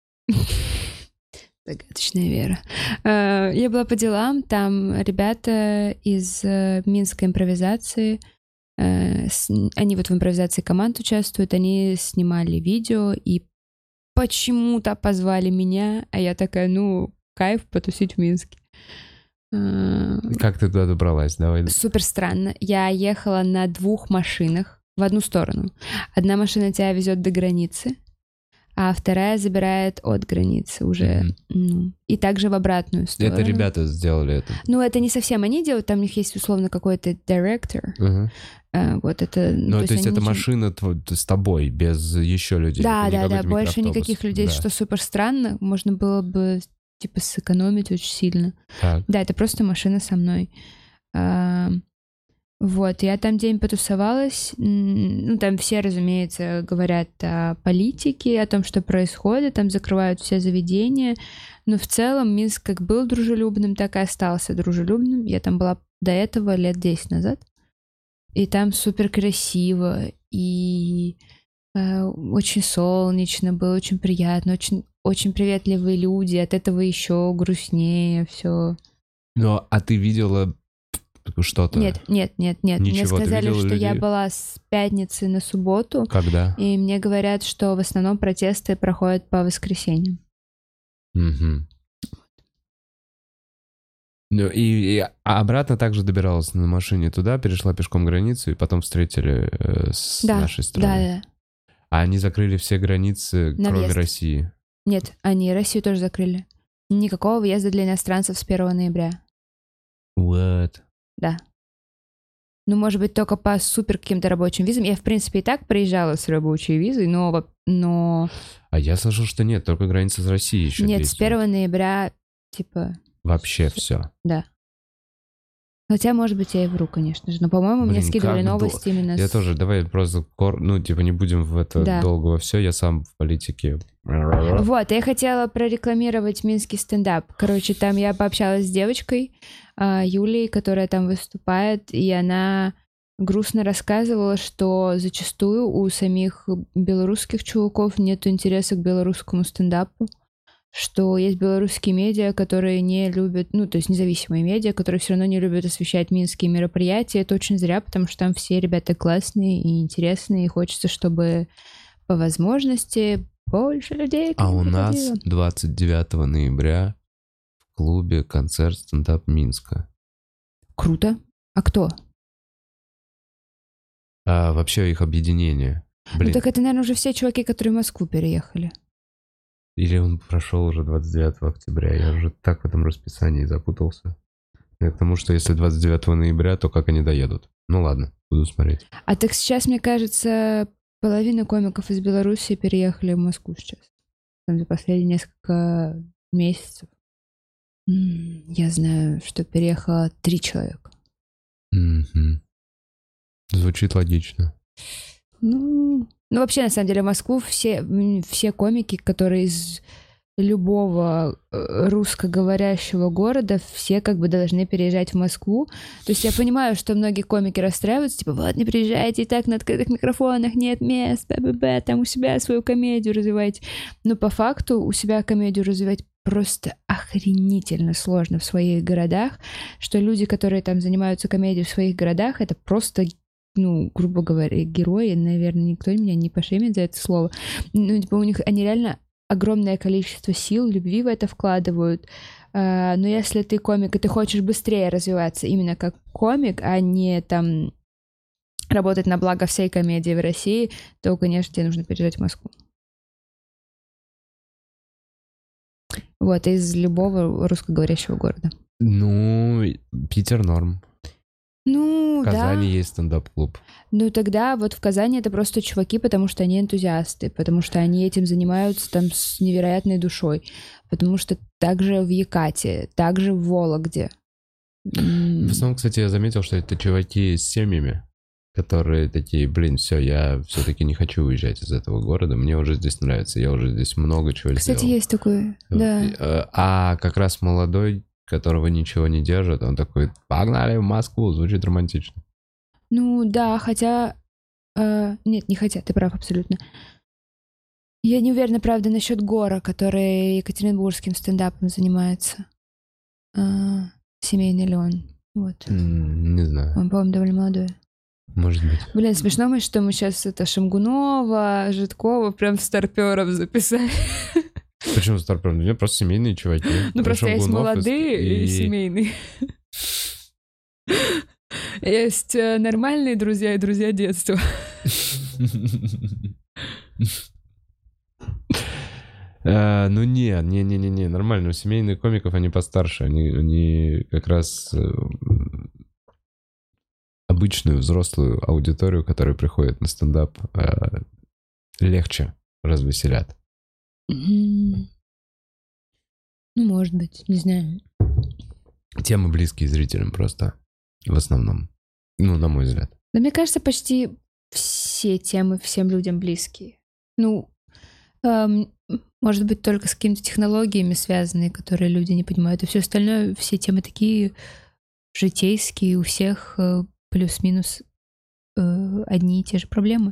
Speaker 2: Загадочная Вера. Я была по делам, там ребята из Минской импровизации, они вот в импровизации команд участвуют, они снимали видео и почему-то позвали меня, а я такая, кайф потусить в Минске.
Speaker 3: Как ты туда добралась? Давай.
Speaker 2: Супер странно. Я ехала на 2 машинах в одну сторону. Одна машина тебя везет до границы, а вторая забирает от границы уже. И также в обратную сторону.
Speaker 3: Это ребята сделали это?
Speaker 2: Это не совсем они делают, там у них есть условно какой-то директор. Вот это...
Speaker 3: то есть это машина с тобой, без еще людей?
Speaker 2: Да, больше никаких людей, что супер странно. Можно было бы, сэкономить очень сильно.
Speaker 3: Так.
Speaker 2: Да, это просто машина со мной. Вот, я там день потусовалась, там все, разумеется, говорят о политике, о том, что происходит, там закрывают все заведения, но в целом Минск как был дружелюбным, так и остался дружелюбным. Я там была до этого лет 10 назад, и там супер красиво, и очень солнечно было, очень приятно, очень, очень приветливые люди, от этого еще грустнее все.
Speaker 3: А ты видела... что-то?
Speaker 2: Нет.
Speaker 3: Ничего,
Speaker 2: мне сказали, что
Speaker 3: людей?
Speaker 2: я была с пятницы на субботу.
Speaker 3: Когда?
Speaker 2: И мне говорят, что в основном протесты проходят по воскресеньям.
Speaker 3: Угу. И обратно также добиралась на машине туда, перешла пешком границу, и потом встретили с нашей страны.
Speaker 2: Да.
Speaker 3: А они закрыли все границы, кроме России?
Speaker 2: Нет, они Россию тоже закрыли. Никакого въезда для иностранцев с 1 ноября.
Speaker 3: What?
Speaker 2: Да. Может быть, только по супер каким-то рабочим визам. Я, в принципе, и так приезжала с рабочей визой, но...
Speaker 3: А я слышал, что нет, только граница с Россией еще
Speaker 2: Нет,
Speaker 3: действует.
Speaker 2: с 1 ноября,
Speaker 3: Вообще все.
Speaker 2: Да. Хотя, может быть, я и вру, конечно же. Но, по-моему, мне скидывали новости именно
Speaker 3: Я тоже, давай просто, не будем в это долго во все, я сам в политике.
Speaker 2: Вот, я хотела прорекламировать минский стендап. Короче, там я пообщалась с девочкой, Юлией, которая там выступает, и она грустно рассказывала, что зачастую у самих белорусских чуваков нет интереса к белорусскому стендапу, что есть белорусские медиа, которые не любят, то есть независимые медиа, которые все равно не любят освещать минские мероприятия. Это очень зря, потому что там все ребята классные и интересные, и хочется, чтобы по возможности больше людей.
Speaker 3: А у нас 29 ноября в клубе концерт стендап Минска.
Speaker 2: Круто. А кто?
Speaker 3: Вообще их объединение. Блин.
Speaker 2: Так это, наверное, уже все чуваки, которые в Москву переехали.
Speaker 3: Или он прошел уже 29 октября. Я уже так в этом расписании запутался. Потому что если 29 ноября, то как они доедут? Ну ладно, буду смотреть.
Speaker 2: А так сейчас, мне кажется, половина комиков из Беларуси переехали в Москву сейчас. Там за последние несколько месяцев. Я знаю, что переехало 3 человека.
Speaker 3: Звучит логично.
Speaker 2: Вообще, на самом деле, в Москву все комики, которые из любого русскоговорящего города, все как бы должны переезжать в Москву. То есть я понимаю, что многие комики расстраиваются, типа, вот, не приезжайте, и так на открытых микрофонах нет мест, там у себя свою комедию развивайте. Но по факту у себя комедию развивать просто охренительно сложно в своих городах, что люди, которые там занимаются комедией в своих городах, это просто... грубо говоря, герои, наверное, никто меня не пошемит за это слово. У них они реально огромное количество сил, любви в это вкладывают. Но если ты комик, и ты хочешь быстрее развиваться именно как комик, а не там работать на благо всей комедии в России, то, конечно, тебе нужно переезжать в Москву. Вот, из любого русскоговорящего города.
Speaker 3: Питер норм. В Казани есть стендап-клуб.
Speaker 2: Тогда вот в Казани это просто чуваки, потому что они энтузиасты, потому что они этим занимаются там с невероятной душой, потому что также в Якате, также в Вологде.
Speaker 3: В основном, кстати, я заметил, что это чуваки с семьями, которые такие, все, я все-таки не хочу уезжать из этого города, мне уже здесь нравится, я уже здесь много чего сделал.
Speaker 2: Кстати, есть такое, да.
Speaker 3: А как раз молодой, которого ничего не держит, он такой, погнали в Москву, звучит романтично.
Speaker 2: Хотя... Нет, не хотя, ты прав абсолютно. Я не уверена, правда, насчет Гора, который екатеринбургским стендапом занимается. Семейный ли он? Вот.
Speaker 3: Не знаю.
Speaker 2: Он, по-моему, довольно молодой.
Speaker 3: Может быть.
Speaker 2: Смешно, что мы сейчас Шамгунова, Житкова прям в старпёров записали.
Speaker 3: Почему старпёров? У меня просто семейные чуваки.
Speaker 2: Просто есть молодые и семейные. Есть нормальные друзья и друзья детства.
Speaker 3: Не, нормально. У семейных комиков они постарше. Они как раз обычную взрослую аудиторию, которая приходит на стендап, легче развеселят.
Speaker 2: Может быть, не знаю.
Speaker 3: Темы близкие зрителям просто, в основном. На мой взгляд.
Speaker 2: Да, мне кажется, почти все темы всем людям близкие. Может быть, только с какими-то технологиями связанные, которые люди не понимают. И все остальное, все темы такие житейские, у всех плюс-минус одни и те же проблемы.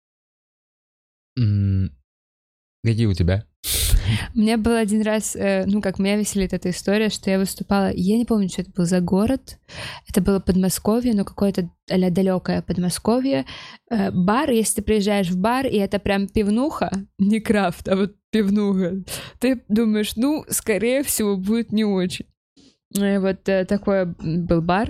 Speaker 3: Какие у тебя?
Speaker 2: У меня был один раз, меня веселит эта история, что я выступала, я не помню, что это был за город, это было Подмосковье, но какое-то а-ля далекое Подмосковье, бар, если ты приезжаешь в бар, и это прям пивнуха, не крафт, а вот пивнуха, ты думаешь, скорее всего, будет не очень. Вот такой был бар,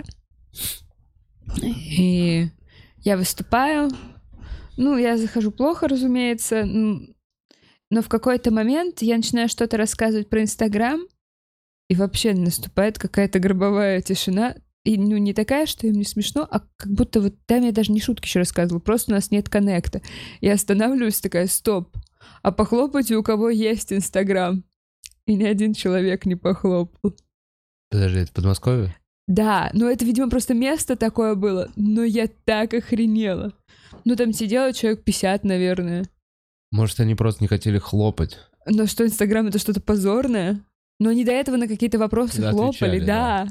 Speaker 2: и я выступаю, я захожу плохо, разумеется, но в какой-то момент я начинаю что-то рассказывать про Инстаграм, и вообще наступает какая-то гробовая тишина. И не такая, что им не смешно, а как будто вот там я даже не шутки еще рассказывала, просто у нас нет коннекта. Я останавливаюсь такая, стоп, а похлопайте, у кого есть Инстаграм. И ни один человек не похлопал.
Speaker 3: Подожди, это Подмосковье?
Speaker 2: Да, но это, видимо, просто место такое было. Но я так охренела. Ну, там сидело человек 50, наверное.
Speaker 3: Может, они просто не хотели хлопать.
Speaker 2: Но что, Инстаграм — это что-то позорное? Но они до этого на какие-то вопросы
Speaker 3: Да,
Speaker 2: хлопали,
Speaker 3: отвечали,
Speaker 2: да.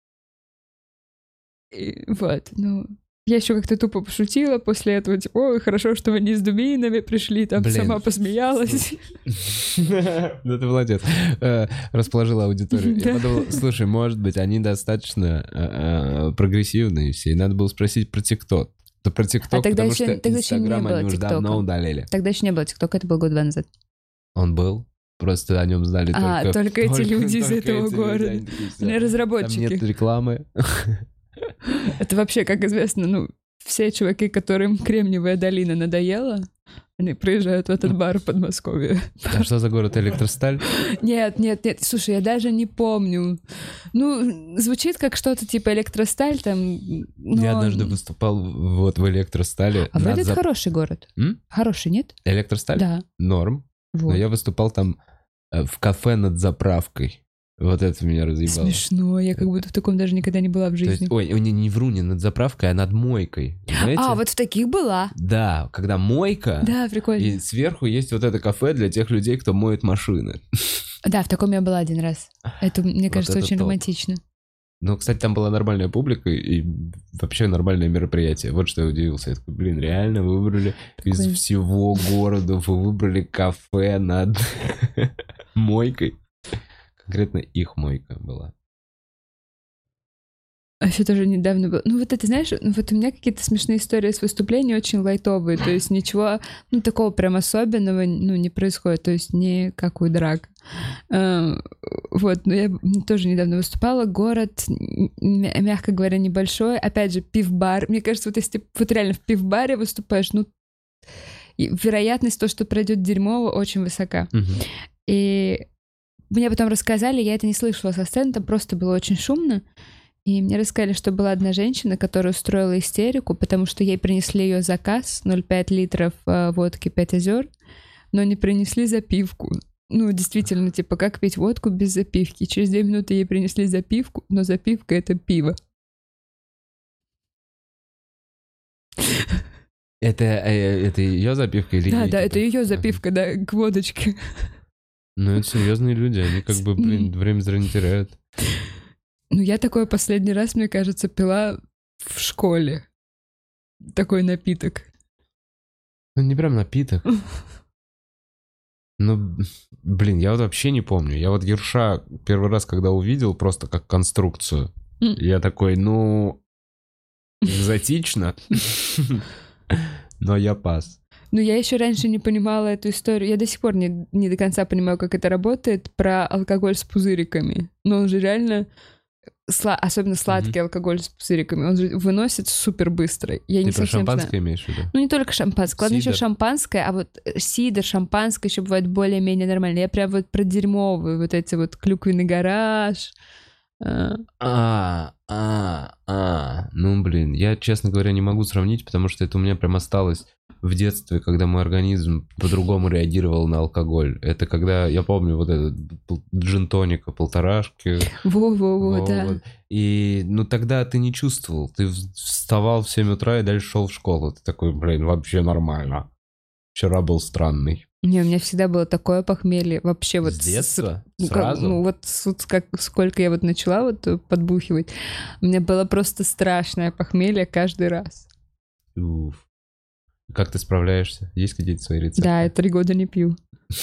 Speaker 2: И вот, ну... Я еще как-то тупо пошутила после этого, типа, ой, хорошо, что вы не с Дубинами пришли, там сама посмеялась.
Speaker 3: Да ты молодец. Расположила аудиторию. Я подумал, слушай, может быть, они достаточно прогрессивные все, и надо было спросить про ТикТок. Да про ТикТок, потому что Инстаграм они уже давно удалили.
Speaker 2: Тогда еще не было ТикТока, это был год 2 назад.
Speaker 3: Он был? Просто о нем знали
Speaker 2: только эти люди из этого города. Разработчики.
Speaker 3: Там нет рекламы.
Speaker 2: Это вообще, как известно, ну, все чуваки, которым Кремниевая долина надоела, они приезжают в этот бар в Подмосковье.
Speaker 3: А что за город, Электросталь?
Speaker 2: Нет, слушай, я даже не помню. Ну, звучит как что-то типа Электросталь там. Но...
Speaker 3: Я однажды выступал вот в Электростале.
Speaker 2: А вроде это хороший город. Хороший, нет?
Speaker 3: Электросталь?
Speaker 2: Да.
Speaker 3: Норм. Вот. Но я выступал там в кафе над заправкой. Вот это меня разъебало.
Speaker 2: Смешно, я как будто в таком даже никогда не была в жизни.
Speaker 3: То есть, ой, не вру, не над заправкой, а над мойкой. Понимаете?
Speaker 2: А, вот в таких была.
Speaker 3: Да, когда мойка.
Speaker 2: Да, прикольно.
Speaker 3: И сверху есть вот это кафе для тех людей, кто моет машины.
Speaker 2: Да, в таком я была один раз. Это, мне кажется, очень романтично.
Speaker 3: Ну, кстати, там была нормальная публика и вообще нормальное мероприятие. Вот что я удивился. Я такой, блин, реально вы выбрали из всего города, вы выбрали кафе над мойкой. Конкретно их мойка была.
Speaker 2: А еще тоже недавно было. Ну вот это, знаешь, вот у меня какие-то смешные истории с выступления очень лайтовые. То есть ничего, ну такого прям особенного, ну, не происходит. То есть не как у Драк. Вот, но я тоже недавно выступала. Город, мягко говоря, небольшой. Опять же, пивбар. Мне кажется, вот если ты вот реально в пивбаре выступаешь, ну, вероятность того, что пройдет дерьмово, очень высока. И мне потом рассказали, я это не слышала со сцены, там просто было очень шумно. И мне рассказали, что была одна женщина, которая устроила истерику, потому что ей принесли ее заказ, 0,5 литров водки 5 озер, но не принесли запивку. Ну, действительно, типа, как пить водку без запивки? Через 2 минуты ей принесли запивку, но запивка — это пиво.
Speaker 3: Это ее запивка или
Speaker 2: Да, это ее запивка, да, к водочке.
Speaker 3: Ну, это серьезные люди, они как бы, блин, время зря не теряют.
Speaker 2: Ну, я такой последний раз, мне кажется, пила в школе. Такой напиток.
Speaker 3: Ну, не прям напиток. Ну, блин, я вот вообще не помню. Я вот Ерша первый раз, когда увидел, просто как конструкцию, я такой, ну, экзотично, но я пас.
Speaker 2: Ну, я еще раньше не понимала эту историю. Я до сих пор не до конца понимаю, как это работает, про алкоголь с пузыриками. Но он же реально... особенно сладкий алкоголь с пузыриками, он же выносит супер быстро. Я
Speaker 3: Ты
Speaker 2: не
Speaker 3: про
Speaker 2: совсем
Speaker 3: шампанское
Speaker 2: знаю.
Speaker 3: имеешь в виду?
Speaker 2: Ну, не только шампанское. Ладно, еще шампанское, а вот сидр, шампанское еще бывает более-менее нормально. Я прям вот про дерьмовые, вот эти вот клюквенный гараж.
Speaker 3: Ну, блин, я, честно говоря, не могу сравнить, потому что это у меня прям осталось в детстве, когда мой организм по-другому реагировал на алкоголь. Это когда, я помню, вот этот джин-тоника, полторашки.
Speaker 2: Во-во-во, да. Вот.
Speaker 3: И, ну, тогда ты не чувствовал. Ты вставал в 7 утра и дальше шел в школу. Ты такой, блин, вообще нормально. Вчера был странный.
Speaker 2: Не, у меня всегда было такое похмелье. Вообще вот...
Speaker 3: С детства? Сразу?
Speaker 2: Ну, вот сколько я вот начала вот подбухивать, у меня было просто страшное похмелье каждый раз.
Speaker 3: Уф. Как ты справляешься? Есть какие-то свои рецепты?
Speaker 2: Да, я 3 года не пью.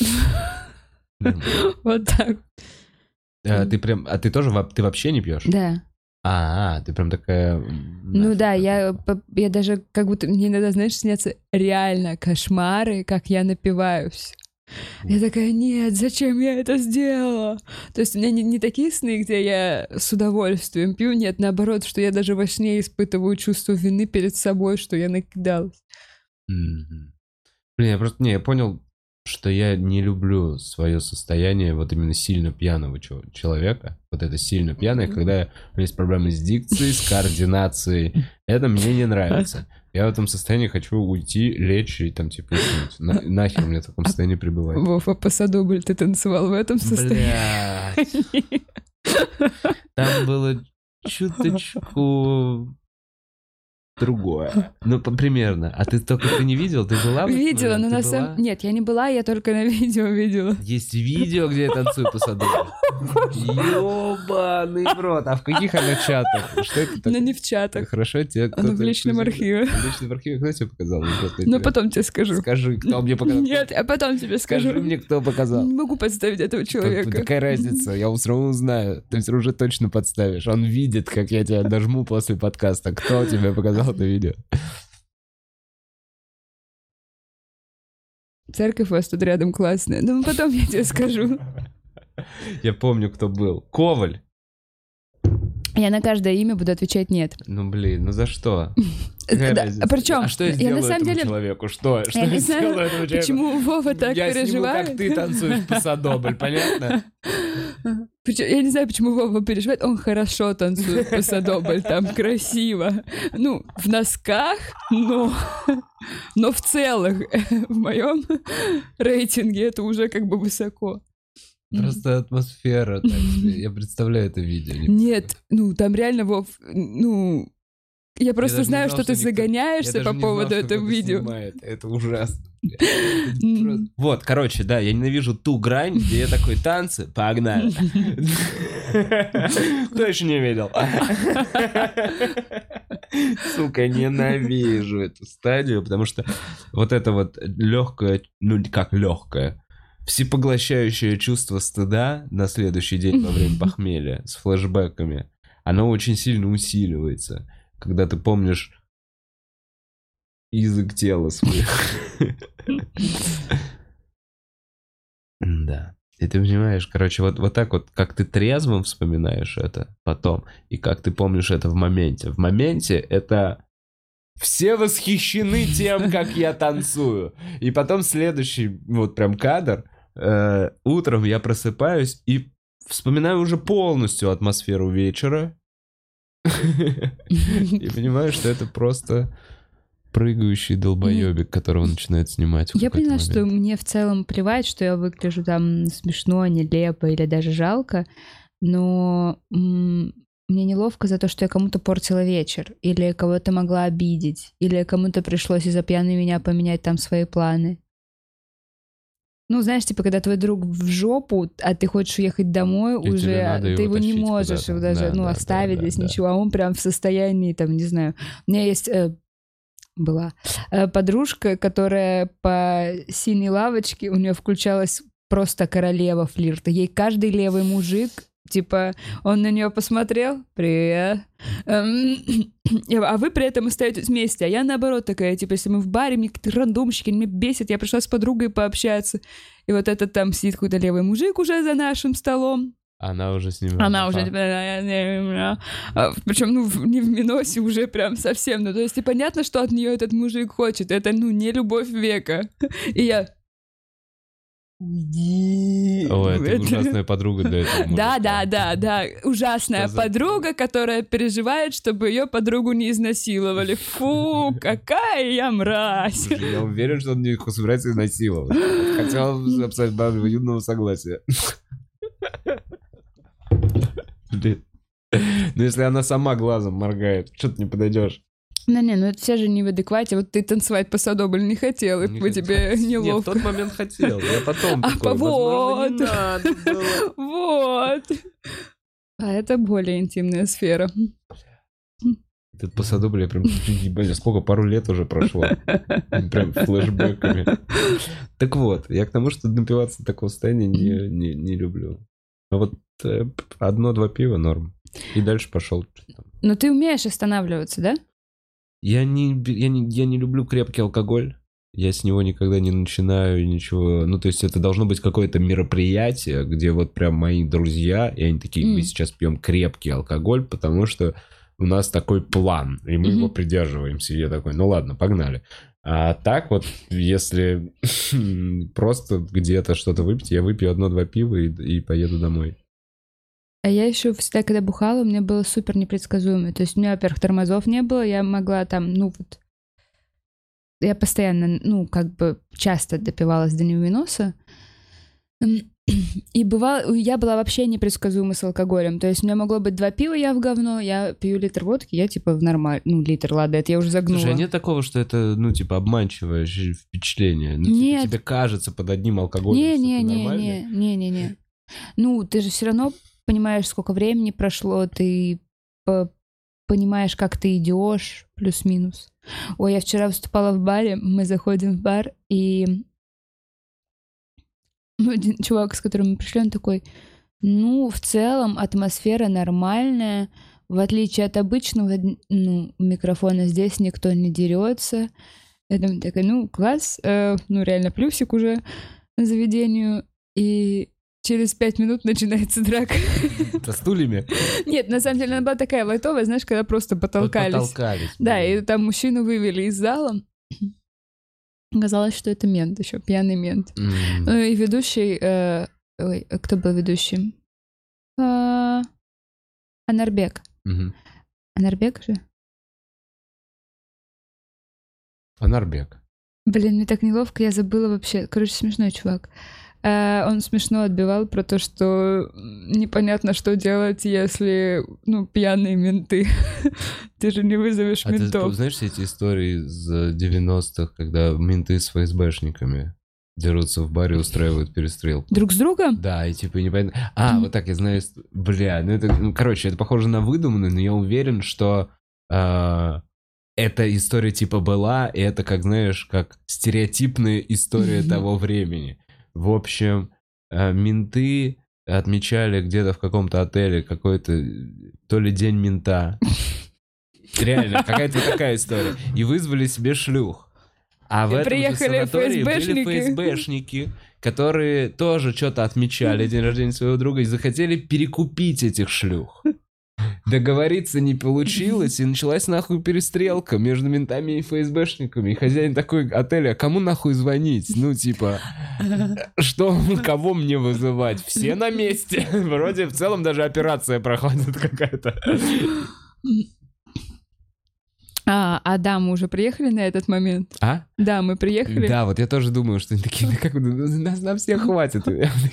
Speaker 2: Вот так.
Speaker 3: Ты тоже, ты вообще не пьешь?
Speaker 2: Да.
Speaker 3: Ты прям такая...
Speaker 2: Ну да, я даже как будто... Мне иногда, знаешь, снятся реально кошмары, как я напиваюсь. Я такая, нет, зачем я это сделала? То есть у меня не такие сны, где я с удовольствием пью, нет, наоборот, что я даже во сне испытываю чувство вины перед собой, что я накидалась.
Speaker 3: Блин, я понял, что я не люблю свое состояние вот именно сильно пьяного человека. Вот это сильно пьяное, когда у меня есть проблемы с дикцией, с координацией. Это мне не нравится. Я в этом состоянии хочу уйти, лечь и там типа уснуть. Нахер мне в таком состоянии пребывать.
Speaker 2: Вов, а пасадобль ты танцевал в этом состоянии?
Speaker 3: Блядь. Там было чуточку другое. Ну, примерно. А ты не видел? Ты была?
Speaker 2: Видела, но на самом... Нет, я не была, я только на видео видела.
Speaker 3: Есть видео, где я танцую по саду. Ёбаный в рот. А в каких оно чатах? Что это такое?
Speaker 2: Но не в чатах.
Speaker 3: Хорошо, тебе кто-то...
Speaker 2: Оно в личном архиве.
Speaker 3: В личном архиве кто тебе показал?
Speaker 2: Ну, потом тебе скажу.
Speaker 3: Скажи, кто мне показал.
Speaker 2: Нет, а потом тебе скажу.
Speaker 3: Скажи мне, кто показал.
Speaker 2: Не могу подставить этого человека.
Speaker 3: Какая разница? Я все равно узнаю. Ты уже точно подставишь. Он видит, как я тебя нажму после подкаста. Кто тебе показал это видео?
Speaker 2: Церковь у вас тут рядом классная. Ну, потом я тебе скажу.
Speaker 3: Я помню, кто был. Коваль.
Speaker 2: Я на каждое имя буду отвечать нет.
Speaker 3: Ну, блин, ну за что?
Speaker 2: Причем,
Speaker 3: а что я сделаю этому человеку? Что
Speaker 2: я не
Speaker 3: я
Speaker 2: знаю,
Speaker 3: сделаю этому человеку?
Speaker 2: почему Вова так переживает.
Speaker 3: Я сниму, как ты танцуешь пасадобль, понятно?
Speaker 2: Я не знаю, почему Вова переживает. Он хорошо танцует пасадобль, там красиво. Ну, в носках, но в целых. В моем рейтинге это уже как бы высоко.
Speaker 3: Просто атмосфера. Я представляю это видео.
Speaker 2: Нет, ну там реально, Вов, ну... Я просто знаю, что ты загоняешься по поводу этого видео.
Speaker 3: Это ужасно. Вот, короче, да, я ненавижу ту грань, где я такой: танцы, погнали. Кто еще не видел? Сука, ненавижу эту стадию, потому что вот это вот легкое, ну как легкое, всепоглощающее чувство стыда на следующий день во время похмелья с флешбэками, оно очень сильно усиливается, когда ты помнишь язык тела своих. Да. И ты понимаешь, короче, вот так вот, как ты трезвым вспоминаешь это потом, и как ты помнишь это в моменте. В моменте это... Все восхищены тем, как я танцую. И потом следующий вот прям кадр. Утром я просыпаюсь и вспоминаю уже полностью атмосферу вечера. И понимаю, что это просто прыгающий долбоебик, которого начинает снимать.
Speaker 2: Я поняла, что мне в целом плевать, что я выгляжу там смешно, нелепо или даже жалко, но мне неловко за то, что я кому-то портила вечер, или кого-то могла обидеть, или кому-то пришлось из-за пьяной меня поменять там свои планы. Ну, знаешь, типа, когда твой друг в жопу, а ты хочешь уехать домой,
Speaker 3: и
Speaker 2: уже ты его не можешь даже, оставить здесь ничего, а он прям в состоянии, там, не знаю. У меня есть... была подружка, которая по синей лавочке, у нее включалась просто королева флирта. Ей каждый левый мужик, типа, он на нее посмотрел, привет, а вы при этом остаетесь вместе. А я наоборот такая, типа, если мы в баре, мне какие-то рандомщики, они меня бесят, я пришла с подругой пообщаться, и вот этот там сидит какой-то левый мужик уже за нашим столом.
Speaker 3: Она уже с ним...
Speaker 2: Она уже... Причем, ну, не в миносе уже прям совсем. Ну, то есть, и понятно, что от нее этот мужик хочет. Это, ну, не любовь века. И я... Уйди.
Speaker 3: О, это ужасная подруга для этого мужика.
Speaker 2: Да. Ужасная подруга, которая переживает, чтобы ее подругу не изнасиловали. Фу, какая я мразь.
Speaker 3: Слушай, я уверен, что он не собирается изнасиловать. Хотел абсолютно юного согласия. Блин. Ну, если она сама глазом моргает, что ты не подойдешь?
Speaker 2: Ну это все же не в адеквате. Вот ты танцевать по-садобль не хотел, и по тебе неловко.
Speaker 3: Нет, в тот момент хотел. Я потом такой,
Speaker 2: вот.
Speaker 3: Не надо было.
Speaker 2: Вот. А это более интимная сфера.
Speaker 3: Этот посадобль, я прям, сколько, пару лет уже прошло. Прям флешбэками. Так вот, я к тому, что напиваться в таком состоянии не люблю. А вот 1-2 пива норм. И дальше пошел.
Speaker 2: Но ты умеешь останавливаться, да?
Speaker 3: Я не люблю крепкий алкоголь. Я с него никогда не начинаю ничего. Ну, то есть это должно быть какое-то мероприятие, где вот прям мои друзья, и они такие: мы сейчас пьем крепкий алкоголь, потому что у нас такой план, и мы его придерживаемся. И я такой: ну ладно, погнали. А так вот, если просто где-то что-то выпить, я выпью 1-2 пива и поеду домой.
Speaker 2: А я еще всегда, когда бухала, у меня было супер непредсказуемо. То есть у меня, во-первых, тормозов не было, я могла там, ну вот... Я постоянно, ну, как бы часто допивалась до невминоса. И я была вообще непредсказуема с алкоголем. То есть у меня могло быть 2 пива, я в говно, я пью литр водки, я типа в нормаль... Ну, литр, ладно, это я уже загнула.
Speaker 3: Слушай, а нет такого, что это, ну, типа, обманчивое впечатление? Ну,
Speaker 2: нет.
Speaker 3: Типа, тебе кажется под одним алкоголем, что ты нормальный?
Speaker 2: Не. Ну, ты же все равно понимаешь, сколько времени прошло, ты понимаешь, как ты идешь, плюс-минус. Ой, я вчера выступала в баре, мы заходим в бар, и один чувак, с которым мы пришли, он такой: ну, в целом атмосфера нормальная, в отличие от обычного микрофона, здесь никто не дерется. Я думаю, такая, ну, класс, ну, реально плюсик уже заведению. И через 5 минут начинается драка.
Speaker 3: Со стульями?
Speaker 2: Нет, на самом деле она была такая лайтовая, знаешь, когда просто потолкались. Да, и там мужчину вывели из зала. Оказалось, что это мент еще, пьяный мент. И ведущий... Ой, кто был ведущим? Анарбек. Анарбек же?
Speaker 3: Анарбек.
Speaker 2: Блин, мне так неловко, я забыла вообще. Короче, смешной чувак. Он смешно отбивал про то, что непонятно, что делать, если, ну, пьяные менты. Ты же не вызовешь ментов.
Speaker 3: Ты знаешь все эти истории из 90-х, когда менты с ФСБшниками дерутся в баре, устраивают перестрелку?
Speaker 2: Друг с другом?
Speaker 3: Да, и типа непонятно... вот так, я знаю... Бля, ну это... короче, это похоже на выдуманное, но я уверен, что... эта история типа была, и это, как знаешь, как стереотипная история того времени. В общем, менты отмечали где-то в каком-то отеле какой-то то ли день мента. Реально, какая-то такая история. И вызвали себе шлюх. А в этом же санатории были ФСБшники, которые тоже что-то отмечали день рождения своего друга и захотели перекупить этих шлюх. Договориться не получилось, и началась нахуй перестрелка между ментами и ФСБшниками. И хозяин такой отеля: а кому нахуй звонить? Ну, типа, что, кого мне вызывать? Все на месте. Вроде в целом даже операция проходит какая-то.
Speaker 2: Да, мы уже приехали на этот момент?
Speaker 3: А?
Speaker 2: Да, мы приехали.
Speaker 3: Да, вот я тоже думаю, что они такие, как нас на всех хватит.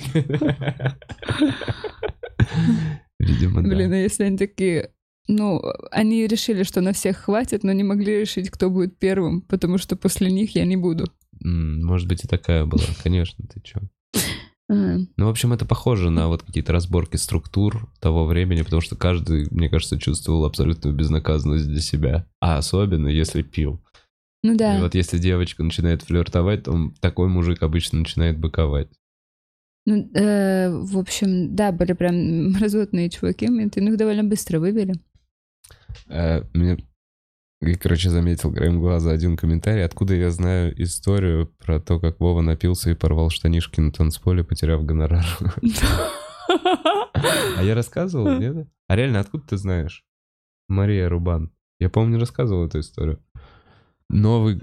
Speaker 3: Видимо, да.
Speaker 2: Блин, а если они такие... Ну, они решили, что на всех хватит, но не могли решить, кто будет первым, потому что после них я не буду.
Speaker 3: Может быть, и такая была, конечно, ты чё. Ну, в общем, это похоже на вот какие-то разборки структур того времени, потому что каждый, мне кажется, чувствовал абсолютную безнаказанность для себя. А особенно, если пил.
Speaker 2: Ну да.
Speaker 3: И вот если девочка начинает флиртовать, то такой мужик обычно начинает быковать.
Speaker 2: Ну, в общем, да, были прям мразотные чуваки, менты, ну их довольно быстро вывели.
Speaker 3: Мне, короче, заметил краем глаза один комментарий, откуда я знаю историю про то, как Вова напился и порвал штанишки на танцполе, потеряв гонорар. А я рассказывал, нет? А реально, откуда ты знаешь? Мария Рубан. Я, по-моему, не рассказывал эту историю. Новый...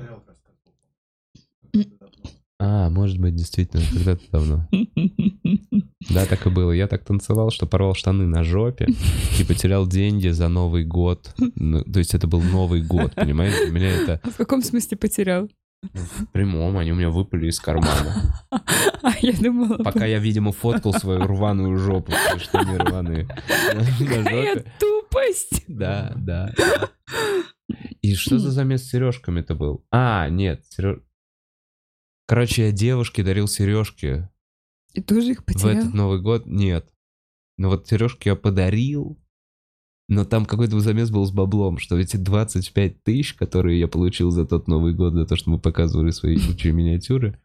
Speaker 3: может быть, действительно, когда-то давно. Да, так и было. Я так танцевал, что порвал штаны на жопе и потерял деньги за Новый год. Ну, то есть это был Новый год, понимаете? У меня это...
Speaker 2: В каком смысле потерял?
Speaker 3: В прямом, они у меня выпали из кармана.
Speaker 2: Я думала...
Speaker 3: Пока я, видимо, фоткал свою рваную жопу, штаны рваные.
Speaker 2: Какая тупость!
Speaker 3: Да. И что за замес с сережками-то был? Нет, короче, я девушке дарил сережки.
Speaker 2: И тоже их потерял?
Speaker 3: В этот Новый год? Нет. Но вот сережки я подарил, но там какой-то замес был с баблом, что эти 25 тысяч, которые я получил за тот Новый год, за то, что мы показывали свои ебучие миниатюры,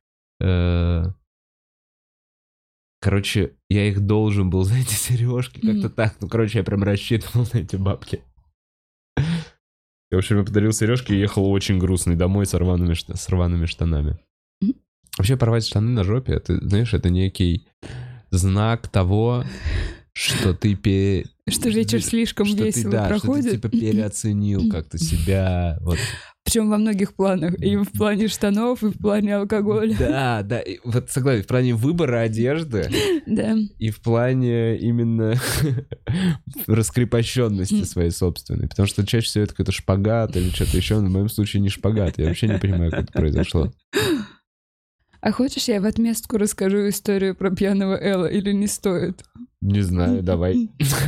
Speaker 3: короче, я их должен был за эти сережки, как-то так. Ну, короче, я прям рассчитывал на эти бабки. И, в общем, я подарил сережки и ехал очень грустный домой с рваными штанами. Вообще порвать штаны на жопе, это, знаешь, это некий знак того, что ты...
Speaker 2: Что вечер слишком весело проходит.
Speaker 3: Что ты, типа, переоценил как-то себя. Вот.
Speaker 2: Причем во многих планах. И в плане штанов, и в плане алкоголя.
Speaker 3: Да. И вот согласен, в плане выбора одежды.
Speaker 2: Да.
Speaker 3: И в плане именно раскрепощенности своей собственной. Потому что чаще всего это какой-то шпагат или что-то еще. Но в моем случае не шпагат. Я вообще не понимаю, как это произошло.
Speaker 2: А хочешь, я в отместку расскажу историю про пьяного Элла или не стоит?
Speaker 3: Не знаю, давай.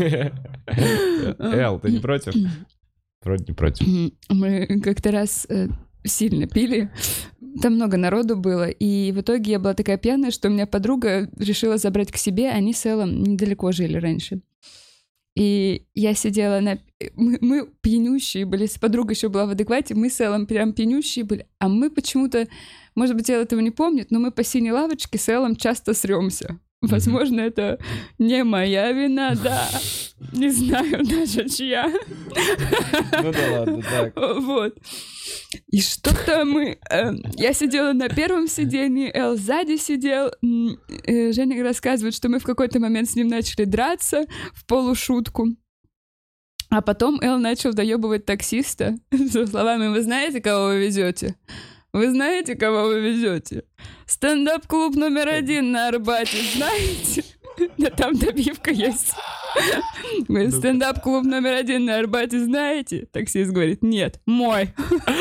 Speaker 3: Эл, ты не против? Вроде не против.
Speaker 2: Мы как-то раз сильно пили, там много народу было, и в итоге я была такая пьяная, что у меня подруга решила забрать к себе, они с Эллом недалеко жили раньше. И я сидела на... Мы пьянющие были, с подругой еще была в адеквате, мы с Эллом прям пьянющие были, а мы почему-то, может быть, Эл этого не помнит, но мы по синей лавочке с Эллом часто срёмся. Возможно, это не моя вина, да. Не знаю даже, чья.
Speaker 3: Ну да ладно, так.
Speaker 2: Вот. И что-то мы... Я сидела на первом сидении, Эл сзади сидел. Женя рассказывает, что мы в какой-то момент с ним начали драться в полушутку. А потом Эл начал доебывать таксиста со словами: «Вы знаете, кого вы везете? Вы знаете, кого вы везете? Стендап-клуб номер 1 на Арбате, знаете?» Да там добивка есть. Вы стендап-клуб номер 1 на Арбате знаете? Таксист говорит: «Нет, мой».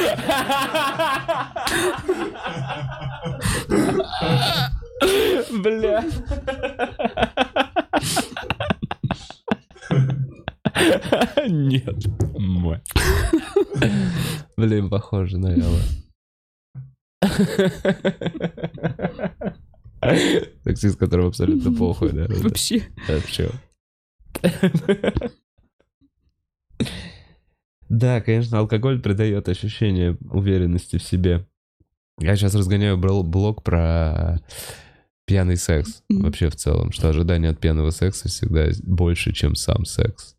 Speaker 3: Бля. Нет, мой. Блин, похоже на Элла. Таксист, которому абсолютно похуй, да?
Speaker 2: Вообще.
Speaker 3: Вообще. Да, конечно, алкоголь придает ощущение уверенности в себе. Я сейчас разгоняю блог про пьяный секс вообще в целом, что ожидание от пьяного секса всегда больше, чем сам секс.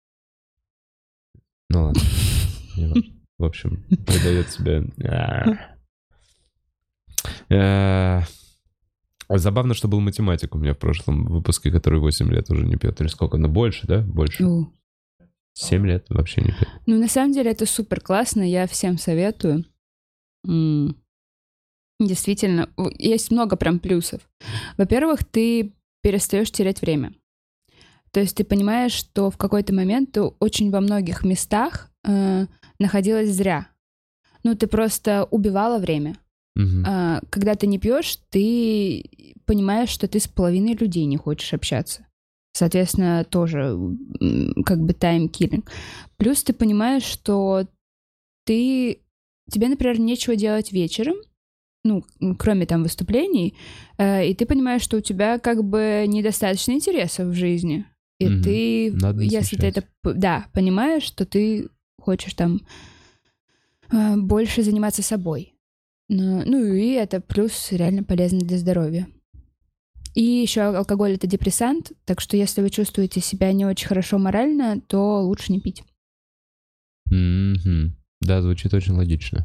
Speaker 3: Ну ладно. В общем, придает себе... Забавно, что был математик у меня в прошлом выпуске, который 8 лет уже не пьет. Или сколько? Ну, больше, да? Больше. 7 лет вообще не пьет.
Speaker 2: Ну, на самом деле, это супер классно. Я всем советую. Действительно, есть много прям плюсов. Во-первых, ты перестаешь терять время. То есть ты понимаешь, что в какой-то момент ты очень во многих местах находилась зря. Ну, ты просто убивала время. Когда ты не пьешь, ты понимаешь, что ты с половиной людей не хочешь общаться. Соответственно, тоже как бы тайм-киллинг. Плюс ты понимаешь, что тебе, например, нечего делать вечером, ну, кроме там выступлений, и ты понимаешь, что у тебя как бы недостаточно интересов в жизни. И ты, если ты это, понимаешь, что ты хочешь там больше заниматься собой. Ну и это плюс реально полезно для здоровья. И еще алкоголь — это депрессант, так что если вы чувствуете себя не очень хорошо морально, то лучше не пить.
Speaker 3: Да, звучит очень логично.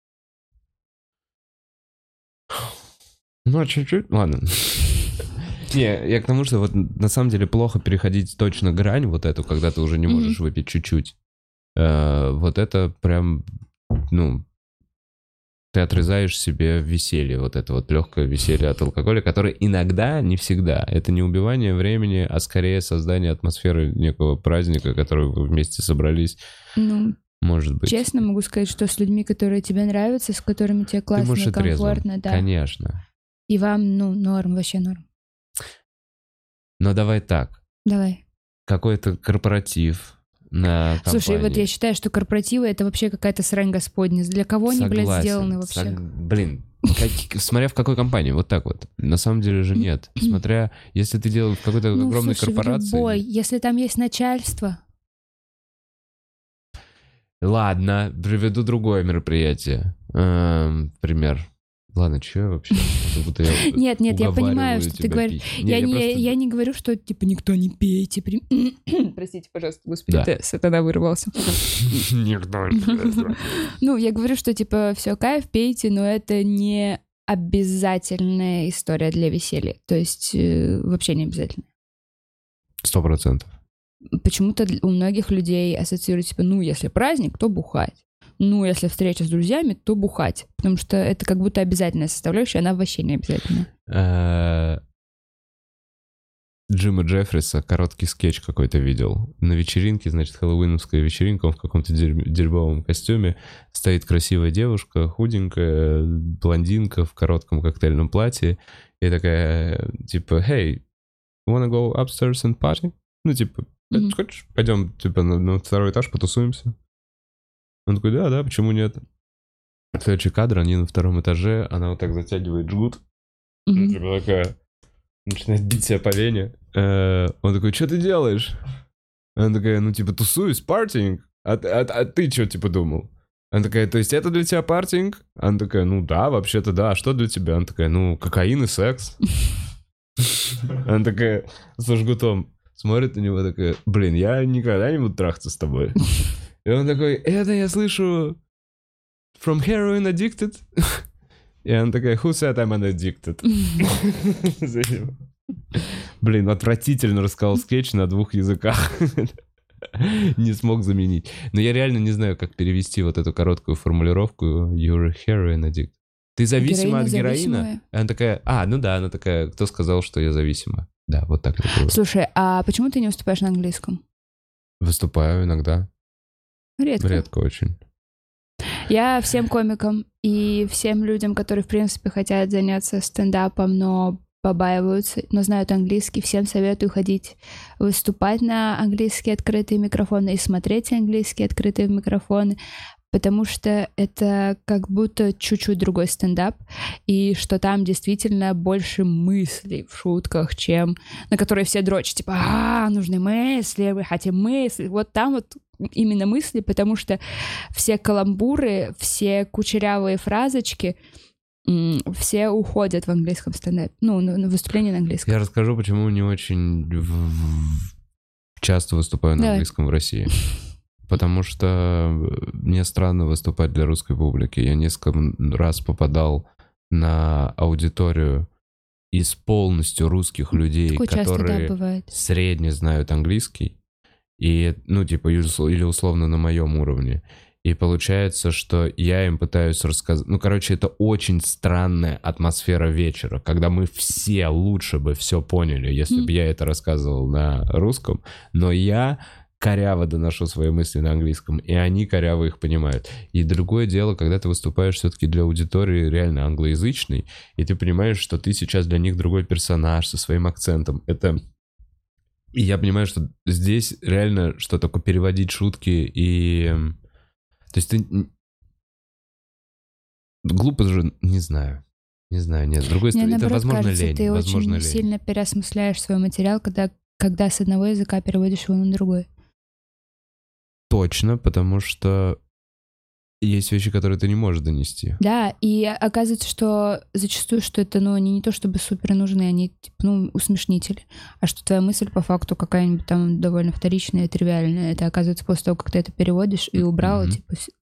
Speaker 3: Ну, чуть-чуть, ладно. Не, я к тому, что вот на самом деле плохо переходить точно грань вот эту, когда ты уже не можешь выпить чуть-чуть. Вот это прям, ну... Ты отрезаешь себе веселье, вот это вот легкое веселье от алкоголя, которое иногда, не всегда, это не убивание времени, а скорее создание атмосферы некого праздника, который вы вместе собрались.
Speaker 2: Ну,
Speaker 3: может быть.
Speaker 2: Честно могу сказать, что с людьми, которые тебе нравятся, с которыми тебе классно и комфортно, да.
Speaker 3: Конечно.
Speaker 2: И вам, норм, вообще норм.
Speaker 3: Но давай так.
Speaker 2: Давай.
Speaker 3: Какой-то корпоратив на компании.
Speaker 2: Слушай, вот я считаю, что корпоративы — это вообще какая-то срань господня. Для кого они, блядь, сделаны вообще?
Speaker 3: Блин, смотря в какой компании, вот так вот. На самом деле же нет. Смотря, если ты делаешь в какой-то огромной корпорации...
Speaker 2: любой, если там есть начальство.
Speaker 3: Ладно, приведу другое мероприятие. Пример. Ладно, что я вообще?
Speaker 2: Нет, я понимаю, что ты говоришь. Я не говорю, что, типа, никто не пейте. Простите, пожалуйста, господи, ты сатана вырвался.
Speaker 3: Никто не пейте.
Speaker 2: Ну, я говорю, что, типа, все, кайф, пейте, но это не обязательная история для веселья. То есть вообще не обязательно.
Speaker 3: 100%.
Speaker 2: Почему-то у многих людей ассоциируется, типа, ну, если праздник, то бухать. Ну, если встреча с друзьями, то бухать. Потому что это как будто обязательная составляющая, она вообще не обязательная.
Speaker 3: Джима Джеффриса короткий скетч какой-то видел. На вечеринке, значит, хэллоуиновская вечеринка, он в каком-то дерьмовом костюме. Стоит красивая девушка, худенькая, блондинка в коротком коктейльном платье. И такая, типа, hey, wanna go upstairs and party? Ну, типа, хочешь, пойдем, типа, на второй этаж потусуемся? Он такой, да, почему нет? Следующий кадр, они на втором этаже, она вот так затягивает жгут. Типа такая... Начинает бить себя по вене. Он такой, что ты делаешь? Она такая, ну, типа, тусуюсь, партинг. А ты что, типа, думал? Она такая, то есть это для тебя партинг? Она такая, ну, да, вообще-то да. А что для тебя? Она такая, ну, кокаин и секс. Она такая, со жгутом, смотрит на него, такая, блин, я никогда не буду трахаться с тобой. И он такой, это я слышу from heroin addicted. И она такая, who said I'm addicted? Блин, отвратительно рассказал скетч на 2 языках. Не смог заменить. Но я реально не знаю, как перевести вот эту короткую формулировку you're a heroin addict. Ты зависима от героина? Она такая, ну да, она такая, кто сказал, что я зависима? Да, вот так это было.
Speaker 2: Слушай, а почему ты не выступаешь на английском?
Speaker 3: Выступаю иногда. Редко очень.
Speaker 2: Я всем комикам и всем людям, которые, в принципе, хотят заняться стендапом, но побаиваются, но знают английский, всем советую ходить выступать на английские открытые микрофоны и смотреть английские открытые микрофоны, потому что это как будто чуть-чуть другой стендап, и что там действительно больше мыслей в шутках, чем на которые все дрочат, типа, нужны мысли, вы хотите мысли. Вот там вот именно мысли, потому что все каламбуры, все кучерявые фразочки, все уходят в английском стендапе. Ну, на выступление на английском.
Speaker 3: Я расскажу, почему не очень часто выступаю на английском в России. Потому что мне странно выступать для русской публики. Я несколько раз попадал на аудиторию из полностью русских людей, которые средне знают английский. И, ну, типа, или условно на моем уровне. И получается, что я им пытаюсь рассказать... Ну, короче, это очень странная атмосфера вечера, когда мы все лучше бы все поняли, если бы я это рассказывал на русском, но я коряво доношу свои мысли на английском, и они коряво их понимают. И другое дело, когда ты выступаешь все-таки для аудитории реально англоязычной, и ты понимаешь, что ты сейчас для них другой персонаж со своим акцентом. И я понимаю, что здесь реально, что такое переводить шутки и... То есть ты... Глупо же, не знаю, нет. С другой стороны, это, возможно,
Speaker 2: кажется,
Speaker 3: лень.
Speaker 2: Ты
Speaker 3: возможно,
Speaker 2: очень сильно переосмысляешь свой материал, когда с одного языка переводишь его на другой.
Speaker 3: Точно, потому что есть вещи, которые ты не можешь донести.
Speaker 2: Да, и оказывается, что зачастую, что это, они не то чтобы супер нужны, они, типа, усмешнители, а что твоя мысль по факту какая-нибудь там довольно вторичная и тривиальная. Это, оказывается, после того, как ты это переводишь и убрала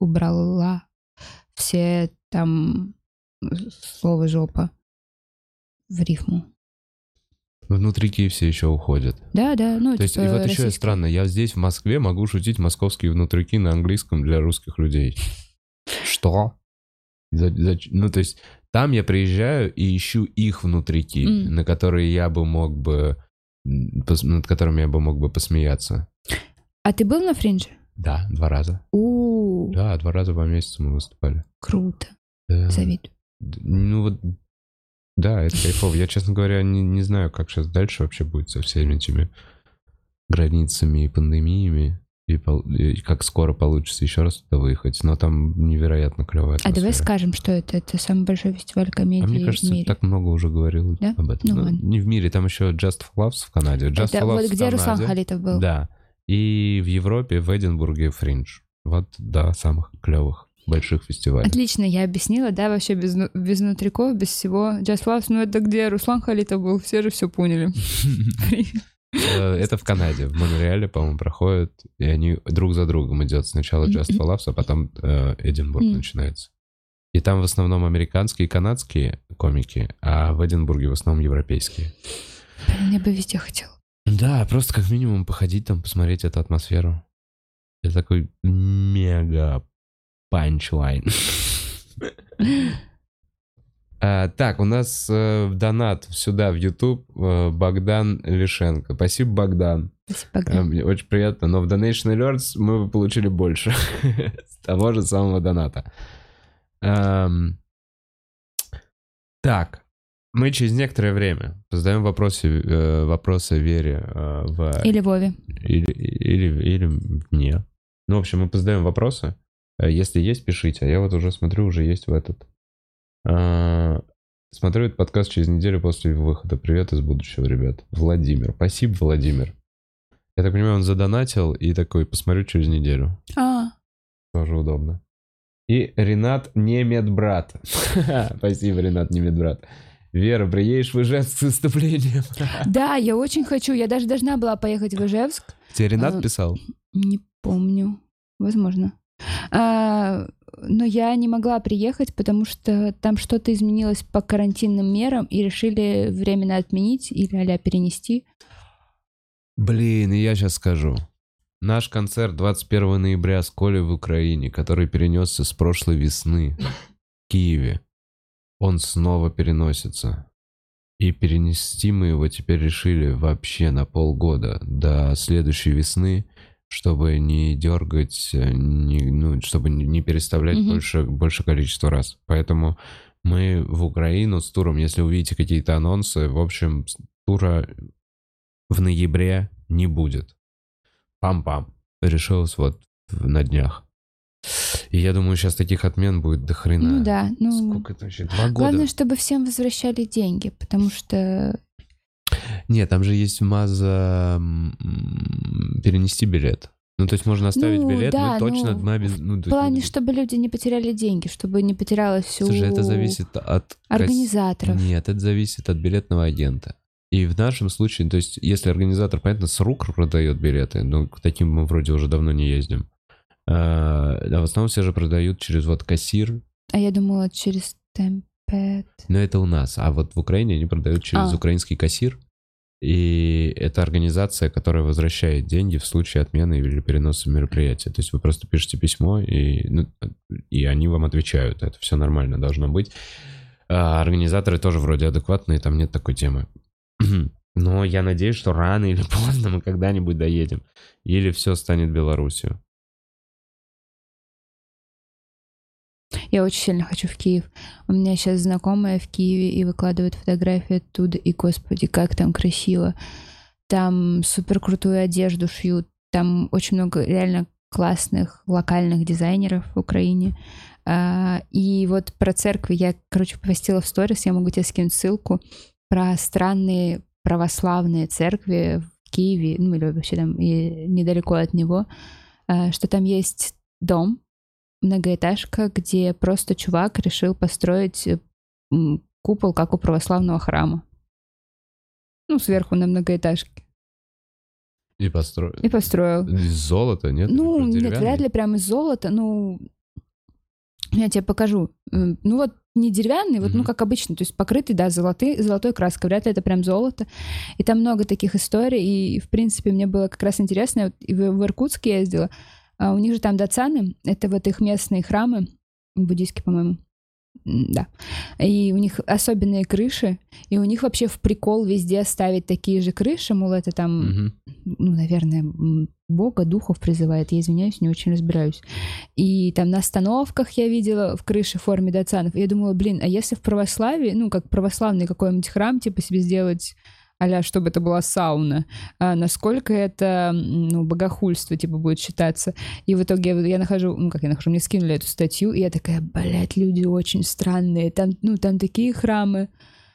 Speaker 2: все там слово «жопа» в рифму.
Speaker 3: Внутрики все еще уходят.
Speaker 2: Да.
Speaker 3: То есть, и вот еще странно, я здесь, в Москве, могу шутить московские внутрики на английском для русских людей. Что? Ну, то есть, там я приезжаю и ищу их внутрики, на которые я бы мог бы... над которыми я бы мог бы посмеяться.
Speaker 2: А ты был на Фриндже?
Speaker 3: Да, 2 раза. Да, 2 раза по месяцу мы выступали.
Speaker 2: Круто.
Speaker 3: Да.
Speaker 2: Завидую.
Speaker 3: Ну, вот... Да, это кайфово. Я, честно говоря, не знаю, как сейчас дальше вообще будет со всеми этими границами и пандемиями. И как скоро получится еще раз туда выехать. Но там невероятно клевая атмосфера.
Speaker 2: А давай скажем, что это самый большой фестиваль комедии в мире.
Speaker 3: А мне кажется, так много уже говорил об этом.
Speaker 2: Ну,
Speaker 3: не в мире, там еще Just for Laughs в Канаде.
Speaker 2: Это вот где Руслан Халитов был.
Speaker 3: Да. И в Европе, в Эдинбурге Фриндж. Вот, да, самых клевых больших фестивалей.
Speaker 2: Отлично, я объяснила, да, вообще без внутриков, без всего. Just Laughs, это где Руслан Халитов был, все же все поняли.
Speaker 3: Это в Канаде, в Монреале, по-моему, проходит, и они друг за другом идет. Сначала Just for Laughs, а потом Эдинбург начинается. И там в основном американские и канадские комики, а в Эдинбурге в основном европейские.
Speaker 2: Я бы везде хотел.
Speaker 3: Да, просто как минимум походить там, посмотреть эту атмосферу. Это такой мега панчлайн. Так, у нас донат сюда, в YouTube, Богдан Лишенко. Спасибо, Богдан.
Speaker 2: Спасибо, Богдан.
Speaker 3: Мне очень приятно, но в Donation Alerts мы бы получили больше с того же самого доната. Так, мы через некоторое время задаем вопросы Вере
Speaker 2: Или Вове.
Speaker 3: или мне. Ну, в общем, мы позадаем вопросы. Если есть, пишите. А я вот уже смотрю, уже есть в этот. Смотрю этот подкаст через неделю после выхода. Привет из будущего, ребят. Владимир. Спасибо, Владимир. Я так понимаю, он задонатил и такой, посмотрю через неделю. Тоже удобно. И Ренат Немедбрат. Спасибо, Ренат Немедбрат. Вера, приедешь в Ижевск с выступлением?
Speaker 2: Да, я очень хочу. Я даже должна была поехать в Ижевск.
Speaker 3: Тебе Ренат писал?
Speaker 2: Не помню. Возможно. Но я не могла приехать, потому что там что-то изменилось по карантинным мерам и решили временно отменить или а-ля перенести.
Speaker 3: Блин, и я сейчас скажу. Наш концерт 21 ноября с Колей в Украине, который перенесся с прошлой весны в Киеве, он снова переносится. И перенести мы его теперь решили вообще на полгода, до следующей весны, чтобы не дергать, чтобы не переставлять больше количества раз. Поэтому мы в Украину с туром, если увидите какие-то анонсы, в общем, тура в ноябре не будет. Пам-пам. Решилось вот на днях. И я думаю, сейчас таких отмен будет до хрена.
Speaker 2: Ну да.
Speaker 3: Сколько это вообще? 2 года?
Speaker 2: Главное, чтобы всем возвращали деньги, потому что...
Speaker 3: Нет, там же есть маза перенести билет. Ну, то есть можно оставить билет,
Speaker 2: да,
Speaker 3: мы точно...
Speaker 2: в плане, чтобы люди не потеряли деньги, чтобы не потерялось все.
Speaker 3: Слушай, это зависит от...
Speaker 2: Организаторов.
Speaker 3: Нет, это зависит от билетного агента. И в нашем случае, то есть если организатор, понятно, с рук продает билеты, но к таким мы вроде уже давно не ездим. А в основном все же продают через вот кассир.
Speaker 2: А я думала, через Темпет.
Speaker 3: Но это у нас. А вот в Украине они продают через украинский кассир. И это организация, которая возвращает деньги в случае отмены или переноса мероприятия. То есть вы просто пишете письмо, и они вам отвечают. Это все нормально должно быть. А организаторы тоже вроде адекватные, там нет такой темы. Но я надеюсь, что рано или поздно мы когда-нибудь доедем. Или все станет Белоруссию.
Speaker 2: Я очень сильно хочу в Киев. У меня сейчас знакомая в Киеве и выкладывает фотографии оттуда. И, господи, как там красиво. Там супер крутую одежду шьют. Там очень много реально классных локальных дизайнеров в Украине. И вот про церкви я, постила в сторис, я могу тебе скинуть ссылку, про странные православные церкви в Киеве, или вообще там и недалеко от него, что там есть дом, многоэтажка, где просто чувак решил построить купол, как у православного храма. Сверху на многоэтажке.
Speaker 3: И построил.
Speaker 2: Из
Speaker 3: золота, нет?
Speaker 2: Нет, вряд ли прям из золота. Я тебе покажу. Не деревянный, как обычно, то есть покрытый, да, золотой краской. Вряд ли это прям золото. И там много таких историй. И, в принципе, мне было как раз интересно. Я вот в Иркутск ездила. А у них же там дацаны. Это вот их местные храмы. Буддийские, по-моему. Да. И у них особенные крыши. И у них вообще в прикол везде ставить такие же крыши. Мол, это там, наверное, Бога, духов призывает. Я извиняюсь, не очень разбираюсь. И там на остановках я видела в крыше в форме дацанов. И я думала, а если в православии, как православный какой-нибудь храм, типа себе сделать а-ля, чтобы это была сауна, насколько это, богохульство, типа, будет считаться. И в итоге я нахожу, мне скинули эту статью, и я такая, люди очень странные. Там, там такие храмы.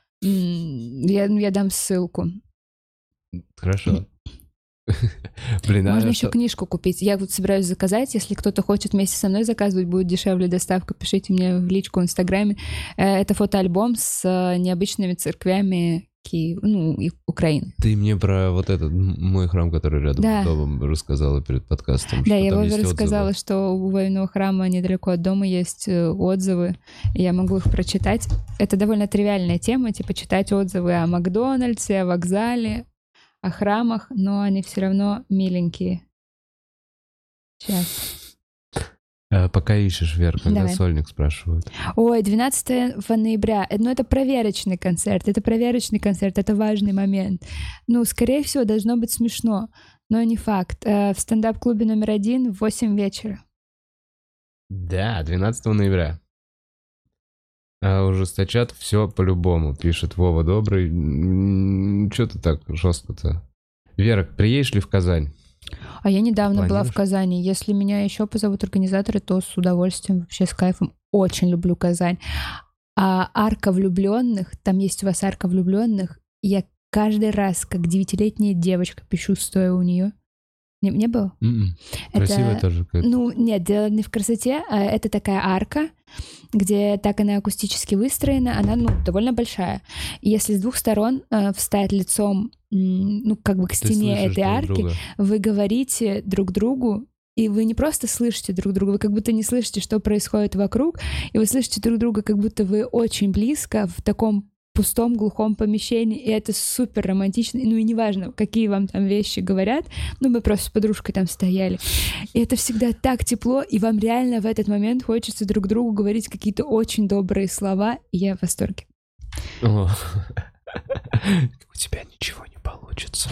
Speaker 2: Я дам ссылку.
Speaker 3: Хорошо.
Speaker 2: Можно еще книжку купить. Я вот собираюсь заказать. Если кто-то хочет вместе со мной заказывать, будет дешевле доставка. Пишите мне в личку в Инстаграме. Это фотоальбом с необычными церквями и Украины.
Speaker 3: Ты мне про вот этот мой храм, который рядом с домом, рассказала перед подкастом.
Speaker 2: Да, я Вове рассказала, что у военного храма недалеко от дома есть отзывы. Я могу их прочитать. Это довольно тривиальная тема, типа читать отзывы о Макдональдсе, о вокзале, о храмах, но они все равно миленькие. Сейчас.
Speaker 3: Пока ищешь, Вер, когда
Speaker 2: Давай.
Speaker 3: сольник спрашивают.
Speaker 2: Ой, 12 ноября. Ну, это проверочный концерт. Это важный момент. Ну, скорее всего, должно быть смешно, но не факт. В стендап-клубе номер 1 в 8 вечера.
Speaker 3: Да, 12 ноября. Ужесточат все по-любому, пишет Вова Добрый. Что ты так жестко-то? Вера, приедешь ли в Казань?
Speaker 2: А я недавно была
Speaker 3: Планируешь?
Speaker 2: в Казани. Если меня еще позовут организаторы, то с удовольствием, вообще с кайфом. Очень люблю Казань. А арка влюбленных, там есть у вас арка влюбленных, я каждый раз, как 9-летняя девочка, пишу, стоя у нее. Не было?
Speaker 3: Красивая тоже какая-то.
Speaker 2: Ну, нет, дело не в красоте. Это такая арка, где так она акустически выстроена, она, ну, довольно большая. И если с двух сторон встать лицом, ну, как бы к
Speaker 3: Ты
Speaker 2: стене
Speaker 3: слышишь
Speaker 2: этой
Speaker 3: друг
Speaker 2: арки,
Speaker 3: друга.
Speaker 2: вы говорите друг другу, и вы не просто слышите друг друга, вы как будто не слышите, что происходит вокруг, и вы слышите друг друга, как будто вы очень близко в таком пустом, глухом помещении, и это супер романтично, ну и неважно, какие вам там вещи говорят, ну мы просто с подружкой там стояли, и это всегда так тепло, и вам реально в этот момент хочется друг другу говорить какие-то очень добрые слова, и я в восторге.
Speaker 3: О. У тебя ничего не получится.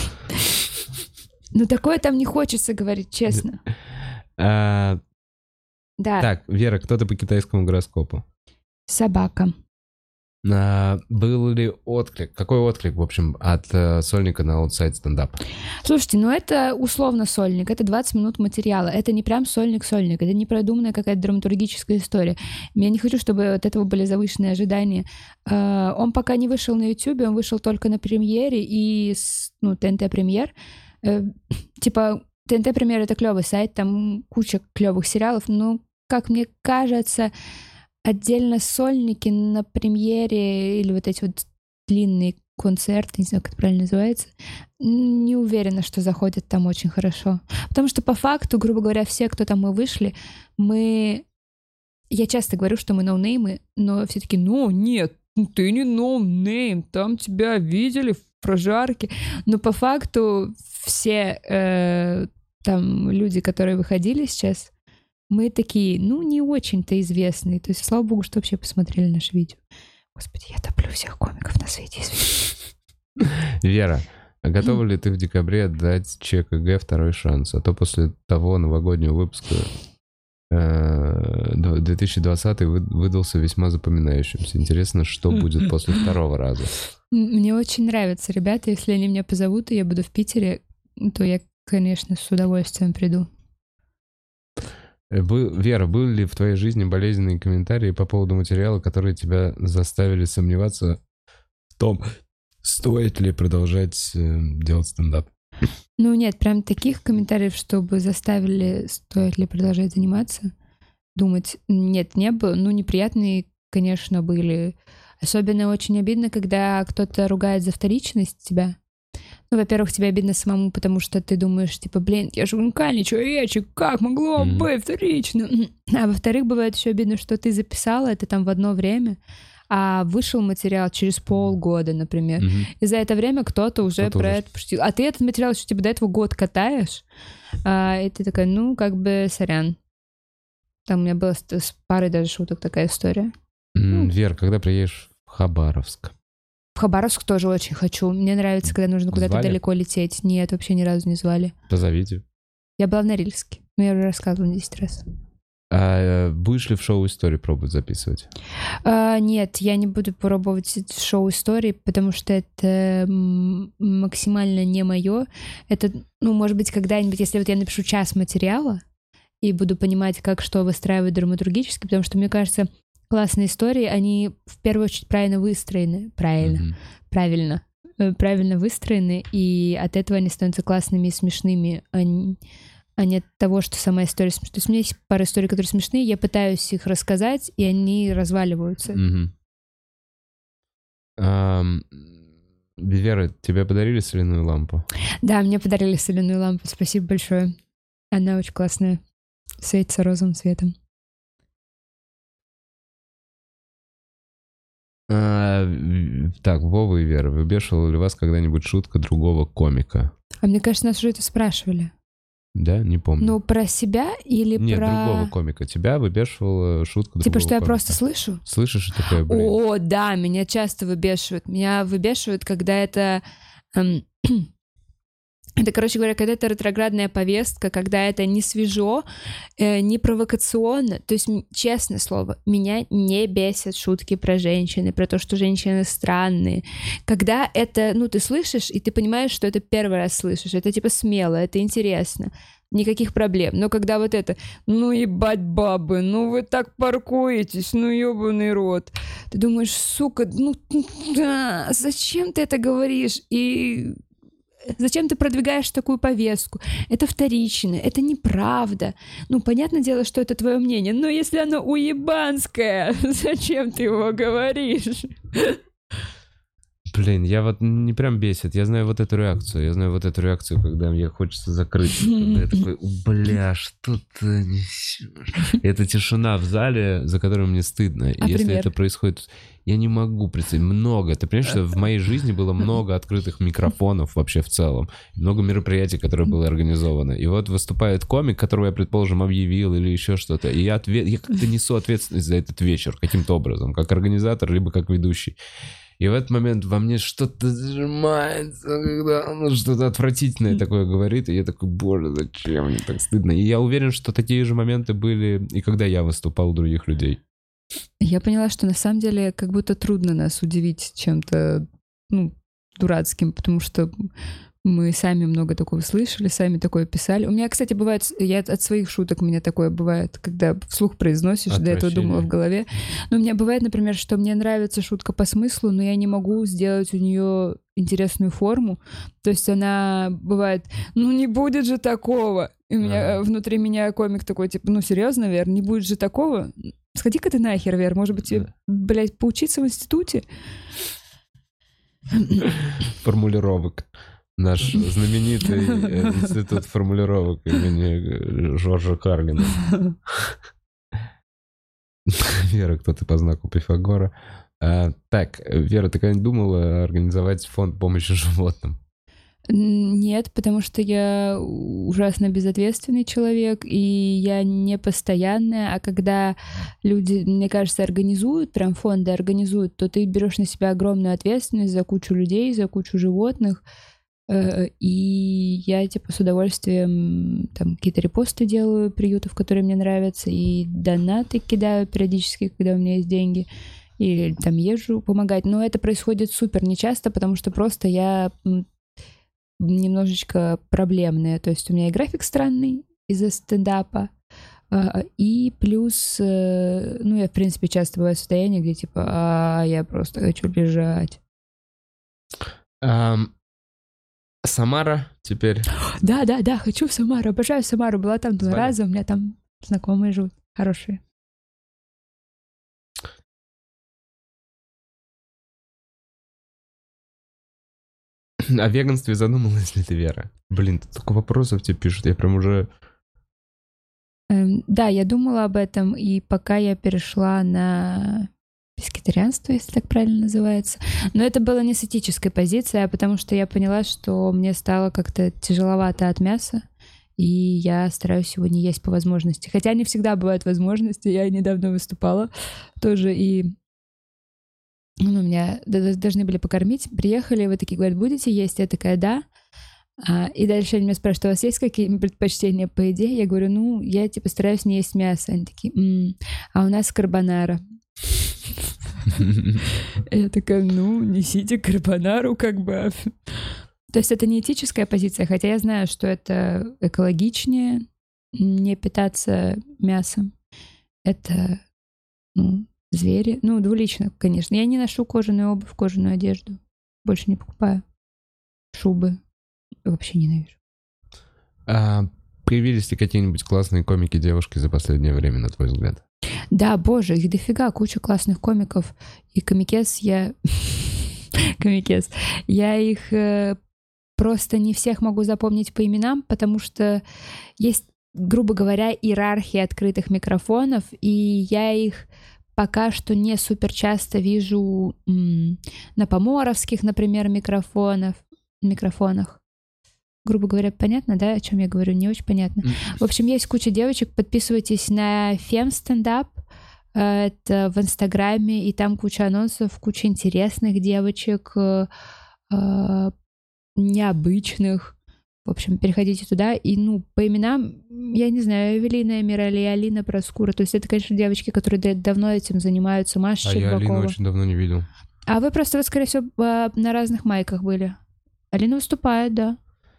Speaker 2: Ну такое там не хочется говорить, честно. Да,
Speaker 3: Так, Вера, кто ты по китайскому гороскопу?
Speaker 2: собака.
Speaker 3: Был ли отклик? Какой отклик, в общем, от сольника на аутсайд стендап?
Speaker 2: Слушайте, ну это условно сольник, это 20 минут материала, это не прям сольник-сольник, это не продуманная какая-то драматургическая история. Я не хочу, чтобы от этого были завышенные ожидания. Он пока не вышел на YouTube, он вышел только на премьере и, ну, ТНТ Премьер. Типа, ТНТ Премьер — это клевый сайт, там куча клевых сериалов, но, как мне кажется, отдельно сольники на премьере или вот эти вот длинные концерты, не знаю, как это правильно называется, не уверена, что заходят там очень хорошо. Потому что по факту, грубо говоря, все, кто там мы вышли, я часто говорю, что мы ноунеймы, но все таки ну нет, ты не ноунейм, там тебя видели в прожарке. Но по факту все там люди, которые выходили сейчас, мы такие, ну, не очень-то известные. То есть, слава богу, что вообще посмотрели наше видео. Господи, я топлю всех комиков на свете, извините.
Speaker 3: Вера, а готова ли ты в декабре отдать ЧКГ второй шанс? А то после того новогоднего выпуска 2020 выдался весьма запоминающимся. Интересно, что будет после второго раза.
Speaker 2: Мне очень нравятся ребята. Если они меня позовут, и я буду в Питере, то я, конечно, с удовольствием приду.
Speaker 3: Вера, были ли в твоей жизни болезненные комментарии по поводу материала, которые тебя заставили сомневаться в том, стоит ли продолжать делать стендап?
Speaker 2: Ну нет, прям таких комментариев, чтобы заставили, стоит ли продолжать заниматься, думать, нет, не было. Ну, неприятные, конечно, были. Особенно очень обидно, когда кто-то ругает за вторичность тебя. Ну, во-первых, тебе обидно самому, потому что ты думаешь, типа, блин, я же уникальный человечек, как могло быть вторично? А во-вторых, бывает еще обидно, что ты записала это там в одно время, а вышел материал через полгода, например. И за это время кто-то уже про это пошутил. А ты этот материал еще типа до этого год катаешь, и ты такая, ну, как бы, сорян. Там у меня была с парой даже шуток такая история.
Speaker 3: Вер, когда приедешь в Хабаровск?
Speaker 2: В Хабаровск тоже очень хочу. Мне нравится, когда нужно куда-то далеко лететь. Нет, вообще ни разу не звали.
Speaker 3: Позовите.
Speaker 2: Я была в Норильске. Но я уже рассказывала 10 раз.
Speaker 3: А будешь ли в шоу истории пробовать записывать?
Speaker 2: Нет, я не буду пробовать в шоу истории, потому что это максимально не мое. Это, ну, может быть, когда-нибудь, если вот я напишу час материала и буду понимать, как что выстраивать драматургически, потому что, мне кажется, классные истории, они в первую очередь правильно выстроены. Правильно выстроены, и от этого они становятся классными и смешными, а не от того, что сама история смешная. То есть у меня есть пара историй, которые смешные, я пытаюсь их рассказать, и они разваливаются.
Speaker 3: Вера, тебе подарили соляную лампу?
Speaker 2: Да, мне подарили соляную лампу, спасибо большое. Она очень классная, светится розовым цветом.
Speaker 3: Так, Вова и Вера, выбешивала ли вас когда-нибудь шутка другого комика?
Speaker 2: А мне кажется, нас уже это спрашивали.
Speaker 3: Да, не помню.
Speaker 2: Ну, про себя или
Speaker 3: Нет,
Speaker 2: про...
Speaker 3: другого комика. Тебя выбешивала шутка другого
Speaker 2: Типа, что я
Speaker 3: комика.
Speaker 2: просто слышу?
Speaker 3: Слышишь, и такое, блин.
Speaker 2: О, да, меня часто выбешивают. Меня выбешивают, когда это... Это, короче говоря, когда это ретроградная повестка, когда это не свежо, не провокационно. То есть, честное слово, меня не бесят шутки про женщины, про то, что женщины странные. Когда это, ну, ты слышишь, и ты понимаешь, что это первый раз слышишь, это типа смело, это интересно, никаких проблем. Но когда вот это, ну ебать бабы, ну вы так паркуетесь, ну ебаный рот. Ты думаешь, сука, ну да, зачем ты это говоришь? И... Зачем ты продвигаешь такую повестку? Это вторично, это неправда. Ну, понятное дело, что это твое мнение, но если оно уебанское, зачем ты его говоришь?
Speaker 3: Блин, я вот не прям бесит. Я знаю вот эту реакцию. Я знаю вот эту реакцию, когда мне хочется закрыть. Когда я такой, бля, что ты несешь? Это тишина в зале, за которую мне стыдно. И если
Speaker 2: пример?
Speaker 3: это происходит... Я не могу представить. Много. Ты понимаешь, что в моей жизни было много открытых микрофонов вообще в целом. Много мероприятий, которые были организованы. И вот выступает комик, которого я, предположим, объявил или еще что-то. И я как-то несу ответственность за этот вечер каким-то образом. Как организатор, либо как ведущий. И в этот момент во мне что-то сжимается, когда он что-то отвратительное такое говорит, и я такой, боже, зачем мне так стыдно? И я уверен, что такие же моменты были и когда я выступал у других людей.
Speaker 2: Я поняла, что на самом деле как будто трудно нас удивить чем-то, ну, дурацким, потому что мы сами много такого слышали, сами такое писали. У меня, кстати, бывает, я от своих шуток у меня такое бывает, когда вслух произносишь, до этого думала в голове. Но у меня бывает, например, что мне нравится шутка по смыслу, но я не могу сделать у нее интересную форму. То есть она бывает, ну не будет же такого. И у меня внутри меня комик такой, типа, ну серьезно, Вер, не будет же такого? Сходи-ка ты нахер, Вер, может быть, тебе, блядь, поучиться в институте?
Speaker 3: Формулировок. Наш знаменитый институт формулировок имени Жоржа Карлина. Вера, кто ты по знаку Пифагора. Так, Вера, ты когда-нибудь думала организовать фонд помощи животным?
Speaker 2: Нет, потому что я ужасно безответственный человек, и я не постоянная, а когда люди, мне кажется, организуют, прям фонды организуют, то ты берешь на себя огромную ответственность за кучу людей, за кучу животных, и я, типа, с удовольствием там какие-то репосты делаю приютов, которые мне нравятся, и донаты кидаю периодически, когда у меня есть деньги, или там езжу помогать. Но это происходит супер нечасто, потому что просто я немножечко проблемная. То есть у меня и график странный из-за стендапа, и плюс, ну, я, в принципе, часто бываю в состоянии, где, типа, я просто хочу лежать.
Speaker 3: Самара теперь.
Speaker 2: Да, хочу в Самару, обожаю Самару. Была там 2 раза, у меня там знакомые живут, хорошие.
Speaker 3: О веганстве задумалась ли ты, Вера? Блин, тут столько вопросов тебе пишут, я прям уже...
Speaker 2: Да, я думала об этом, и пока я перешла на пескетарианство, если так правильно называется. Но это было не с этической позиции, а потому что я поняла, что мне стало как-то тяжеловато от мяса, и я стараюсь его не есть по возможности. Хотя не всегда бывают возможности. Я недавно выступала тоже, и меня должны были покормить. Приехали, вы такие говорят, будете есть? Я такая, да. И дальше они меня спрашивают, у вас есть какие-нибудь предпочтения по еде? Я говорю, ну, я типа стараюсь не есть мясо. Они такие, а у нас карбонара. Я такая, ну, несите карбонару как бы. То есть это не этическая позиция, хотя я знаю, что это экологичнее не питаться мясом. Это, ну, звери. Ну, двулично, конечно. Я не ношу кожаную обувь, кожаную одежду. Больше не покупаю. Шубы. Вообще ненавижу.
Speaker 3: Появились ли какие-нибудь классные комики-девушки за последнее время, на твой взгляд?
Speaker 2: Да, боже, их дофига, куча классных комиков. И комикес я... комикес. Я их просто не всех могу запомнить по именам, потому что есть, грубо говоря, иерархия открытых микрофонов, и я их пока что не супер часто вижу на поморовских, например, микрофонах. грубо говоря, понятно, да, о чем я говорю? Не очень понятно. В общем, есть куча девочек, подписывайтесь на Фемстендап, это в Инстаграме, и там куча анонсов, куча интересных девочек, необычных. В общем, переходите туда. И, по именам, я не знаю, Эвелина Эмирали, Алина Проскура. То есть это, конечно, девочки, которые давно этим занимаются. Маша Щербакова.
Speaker 3: Я Алину очень давно не видел.
Speaker 2: А вы просто, вот, скорее всего, на разных майках были. Алина выступает, да.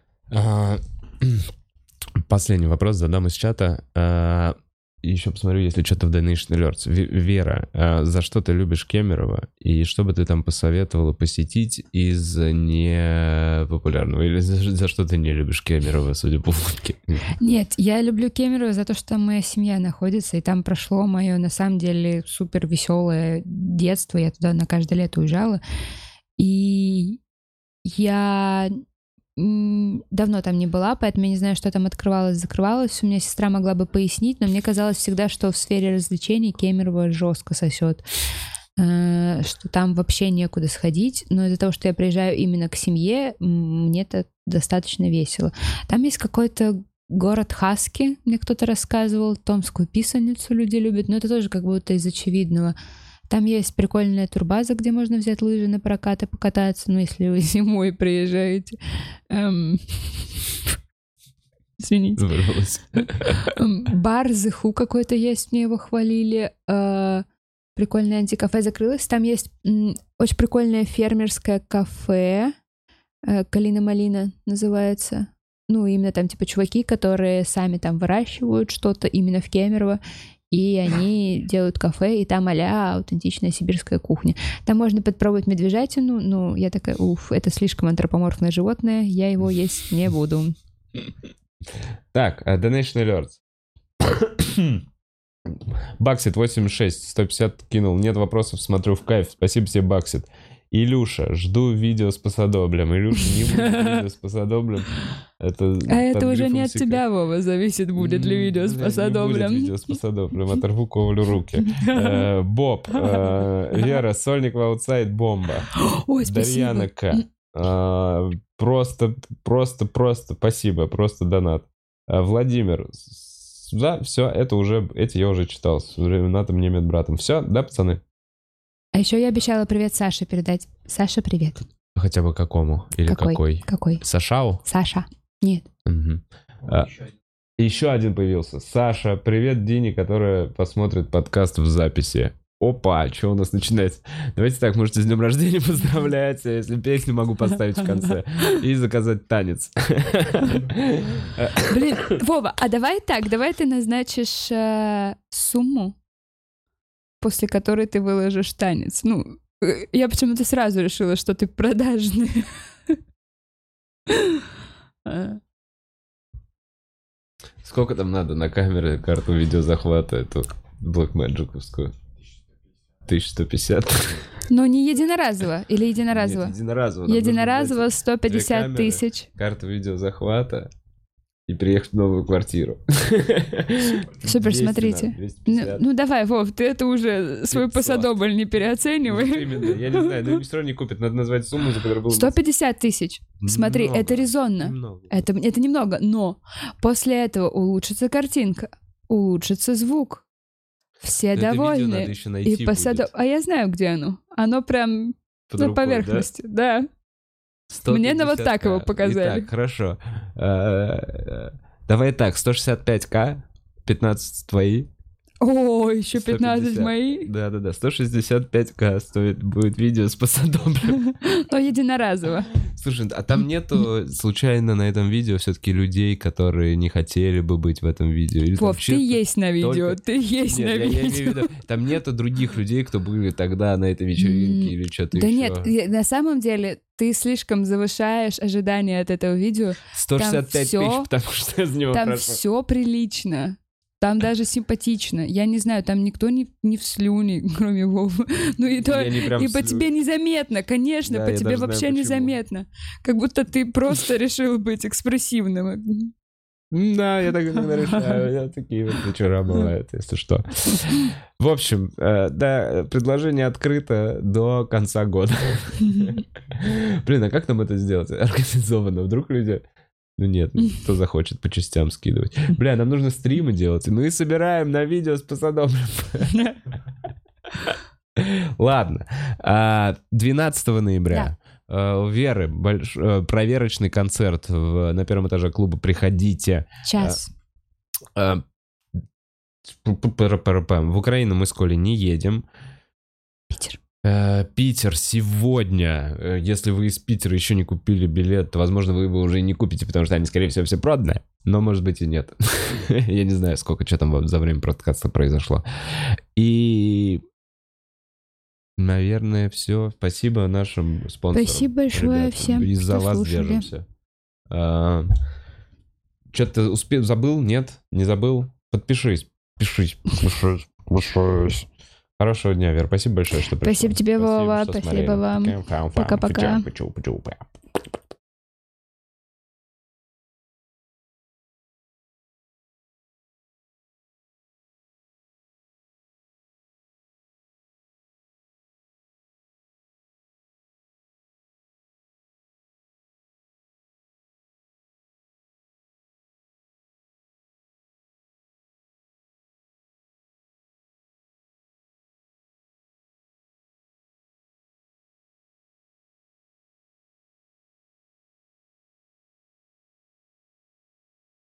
Speaker 1: Последний вопрос задам из чата. Еще посмотрю, если что-то в Donation Alerts. Вера, за что ты любишь Кемерово? И что бы ты там посоветовала посетить из непопулярного? Или за что ты не любишь Кемерово, судя по фотке?
Speaker 2: Нет, я люблю Кемерово за то, что там моя семья находится, и там прошло мое, на самом деле, супер веселое детство. Я туда на каждое лето уезжала. И я давно там не была, поэтому я не знаю, что там открывалось, закрывалось. У меня сестра могла бы пояснить, но мне казалось всегда, что в сфере развлечений Кемерово жестко сосет, что там вообще некуда сходить. Но из-за того, что я приезжаю именно к семье, мне это достаточно весело. Там есть какой-то город Хаски, мне кто-то рассказывал, Томскую писаницу люди любят, но это тоже как будто из очевидного. Там есть прикольная турбаза, где можно взять лыжи на прокат и покататься, если вы зимой приезжаете. Извините. Бар Зыху какой-то есть, мне его хвалили. Прикольное антикафе закрылось. Там есть очень прикольное фермерское кафе. Калина-малина называется. Именно там типа чуваки, которые сами там выращивают что-то именно в Кемерово. И они делают кафе, и там а-ля аутентичная сибирская кухня. Там можно попробовать медвежатину, я такая, это слишком антропоморфное животное, я его есть не буду.
Speaker 1: Так, Donation Alerts. Баксит 86, 150 кинул. Нет вопросов, смотрю в кайф. Спасибо тебе, Баксит. Илюша, жду видео с пасодоблем. Илюша, не будет видео с пасодоблем.
Speaker 2: Это уже не от тебя, Вова, зависит, будет ли видео с пасодоблем.
Speaker 1: Не будет видео с пасодоблем, оторву Ковалю руки. Боб, Вера, Сольник в аутсайд, бомба.
Speaker 2: Ой, спасибо.
Speaker 1: Дарьяна К. Просто, спасибо, просто донат. Владимир, да, все, эти я уже читал с Ренатом Немет-братом. Все, да, пацаны?
Speaker 2: А еще я обещала привет Саше передать. Саша, привет.
Speaker 1: Хотя бы какому? Или какой?
Speaker 2: Какой?
Speaker 1: Сашау?
Speaker 2: Саша. Нет.
Speaker 1: Еще один появился. Саша, привет Дине, которая посмотрит подкаст в записи. Опа, что у нас начинается? Давайте так, можете с днем рождения поздравлять, если песню могу поставить в конце, и заказать танец.
Speaker 2: Блин, Вова, а давай ты назначишь сумму, после которой ты выложишь танец. Я почему-то сразу решила, что ты продажный.
Speaker 1: Сколько там надо на камеры карту видеозахвата, эту Blackmagic-овскую? 1150.
Speaker 2: Но не единоразово или единоразово?
Speaker 1: Нет, единоразово.
Speaker 2: Единоразово 150 тысяч.
Speaker 1: Карту видеозахвата и приехать в новую квартиру.
Speaker 2: Супер, смотрите. Давай, Вов, ты это уже свой пасодобль не переоценивай.
Speaker 1: Именно, я не знаю, но все равно не купят. Надо назвать сумму, за которую было...
Speaker 2: 150 тысяч. Смотри, это резонно. Это немного, но после этого улучшится картинка, улучшится звук. Все довольны. И а я знаю, где оно. Оно прям на поверхности, да. Мне на вот так его показали.
Speaker 1: Итак, хорошо. Давай так, 165к, 15 твои.
Speaker 2: О, еще 15 мои?
Speaker 1: Да, 165к стоит будет видео с пасодоблем.
Speaker 2: Но единоразово.
Speaker 1: Слушай, а там нету случайно на этом видео все-таки людей, которые не хотели бы быть в этом видео?
Speaker 2: Вов, ты есть на видео, ты есть на видео.
Speaker 1: Я имею в виду, там нету других людей, кто были тогда на этой вечеринке или что-то еще.
Speaker 2: Да нет, на самом деле ты слишком завышаешь ожидания от этого видео.
Speaker 1: 165 тысяч, потому что из него прошло.
Speaker 2: Там все прилично. Там даже симпатично. Я не знаю, там никто не в слюне, кроме Вовы. И по тебе незаметно, конечно,
Speaker 1: да,
Speaker 2: по тебе вообще незаметно. Как будто ты просто решил быть экспрессивным.
Speaker 1: Да, я так иногда решаю. У меня такие вот вечера бывают, если что. В общем, да, предложение открыто до конца года. Блин, а как нам это сделать организованно? Вдруг люди
Speaker 3: Ну нет, кто захочет по частям скидывать. Бля, нам нужно стримы делать. Мы собираем на видео с пацаном. Ладно. 12 ноября у Веры проверочный концерт на первом этаже клуба. Приходите.
Speaker 2: Час.
Speaker 3: В Украину мы с Колей не едем.
Speaker 2: Питер.
Speaker 3: Питер сегодня. Если вы из Питера еще не купили билет, то, возможно, вы его уже и не купите, потому что они, скорее всего, все проданы. Но, может быть, и нет. Я не знаю, что там за время подкаста произошло. И... Наверное, все. Спасибо нашим спонсорам.
Speaker 2: Спасибо большое
Speaker 3: ребята.
Speaker 2: всем,
Speaker 3: Из-за
Speaker 2: кто
Speaker 3: вас
Speaker 2: слушали.
Speaker 3: держимся. Что-то забыл? Нет? Не забыл? Подпишись. Пишись. Хорошего дня, Вер. Спасибо большое, что пришла.
Speaker 2: Спасибо тебе, Вова.
Speaker 3: что
Speaker 2: Спасибо вам.
Speaker 3: смотрели.
Speaker 2: Пока-пока.
Speaker 3: Пучу-пучу.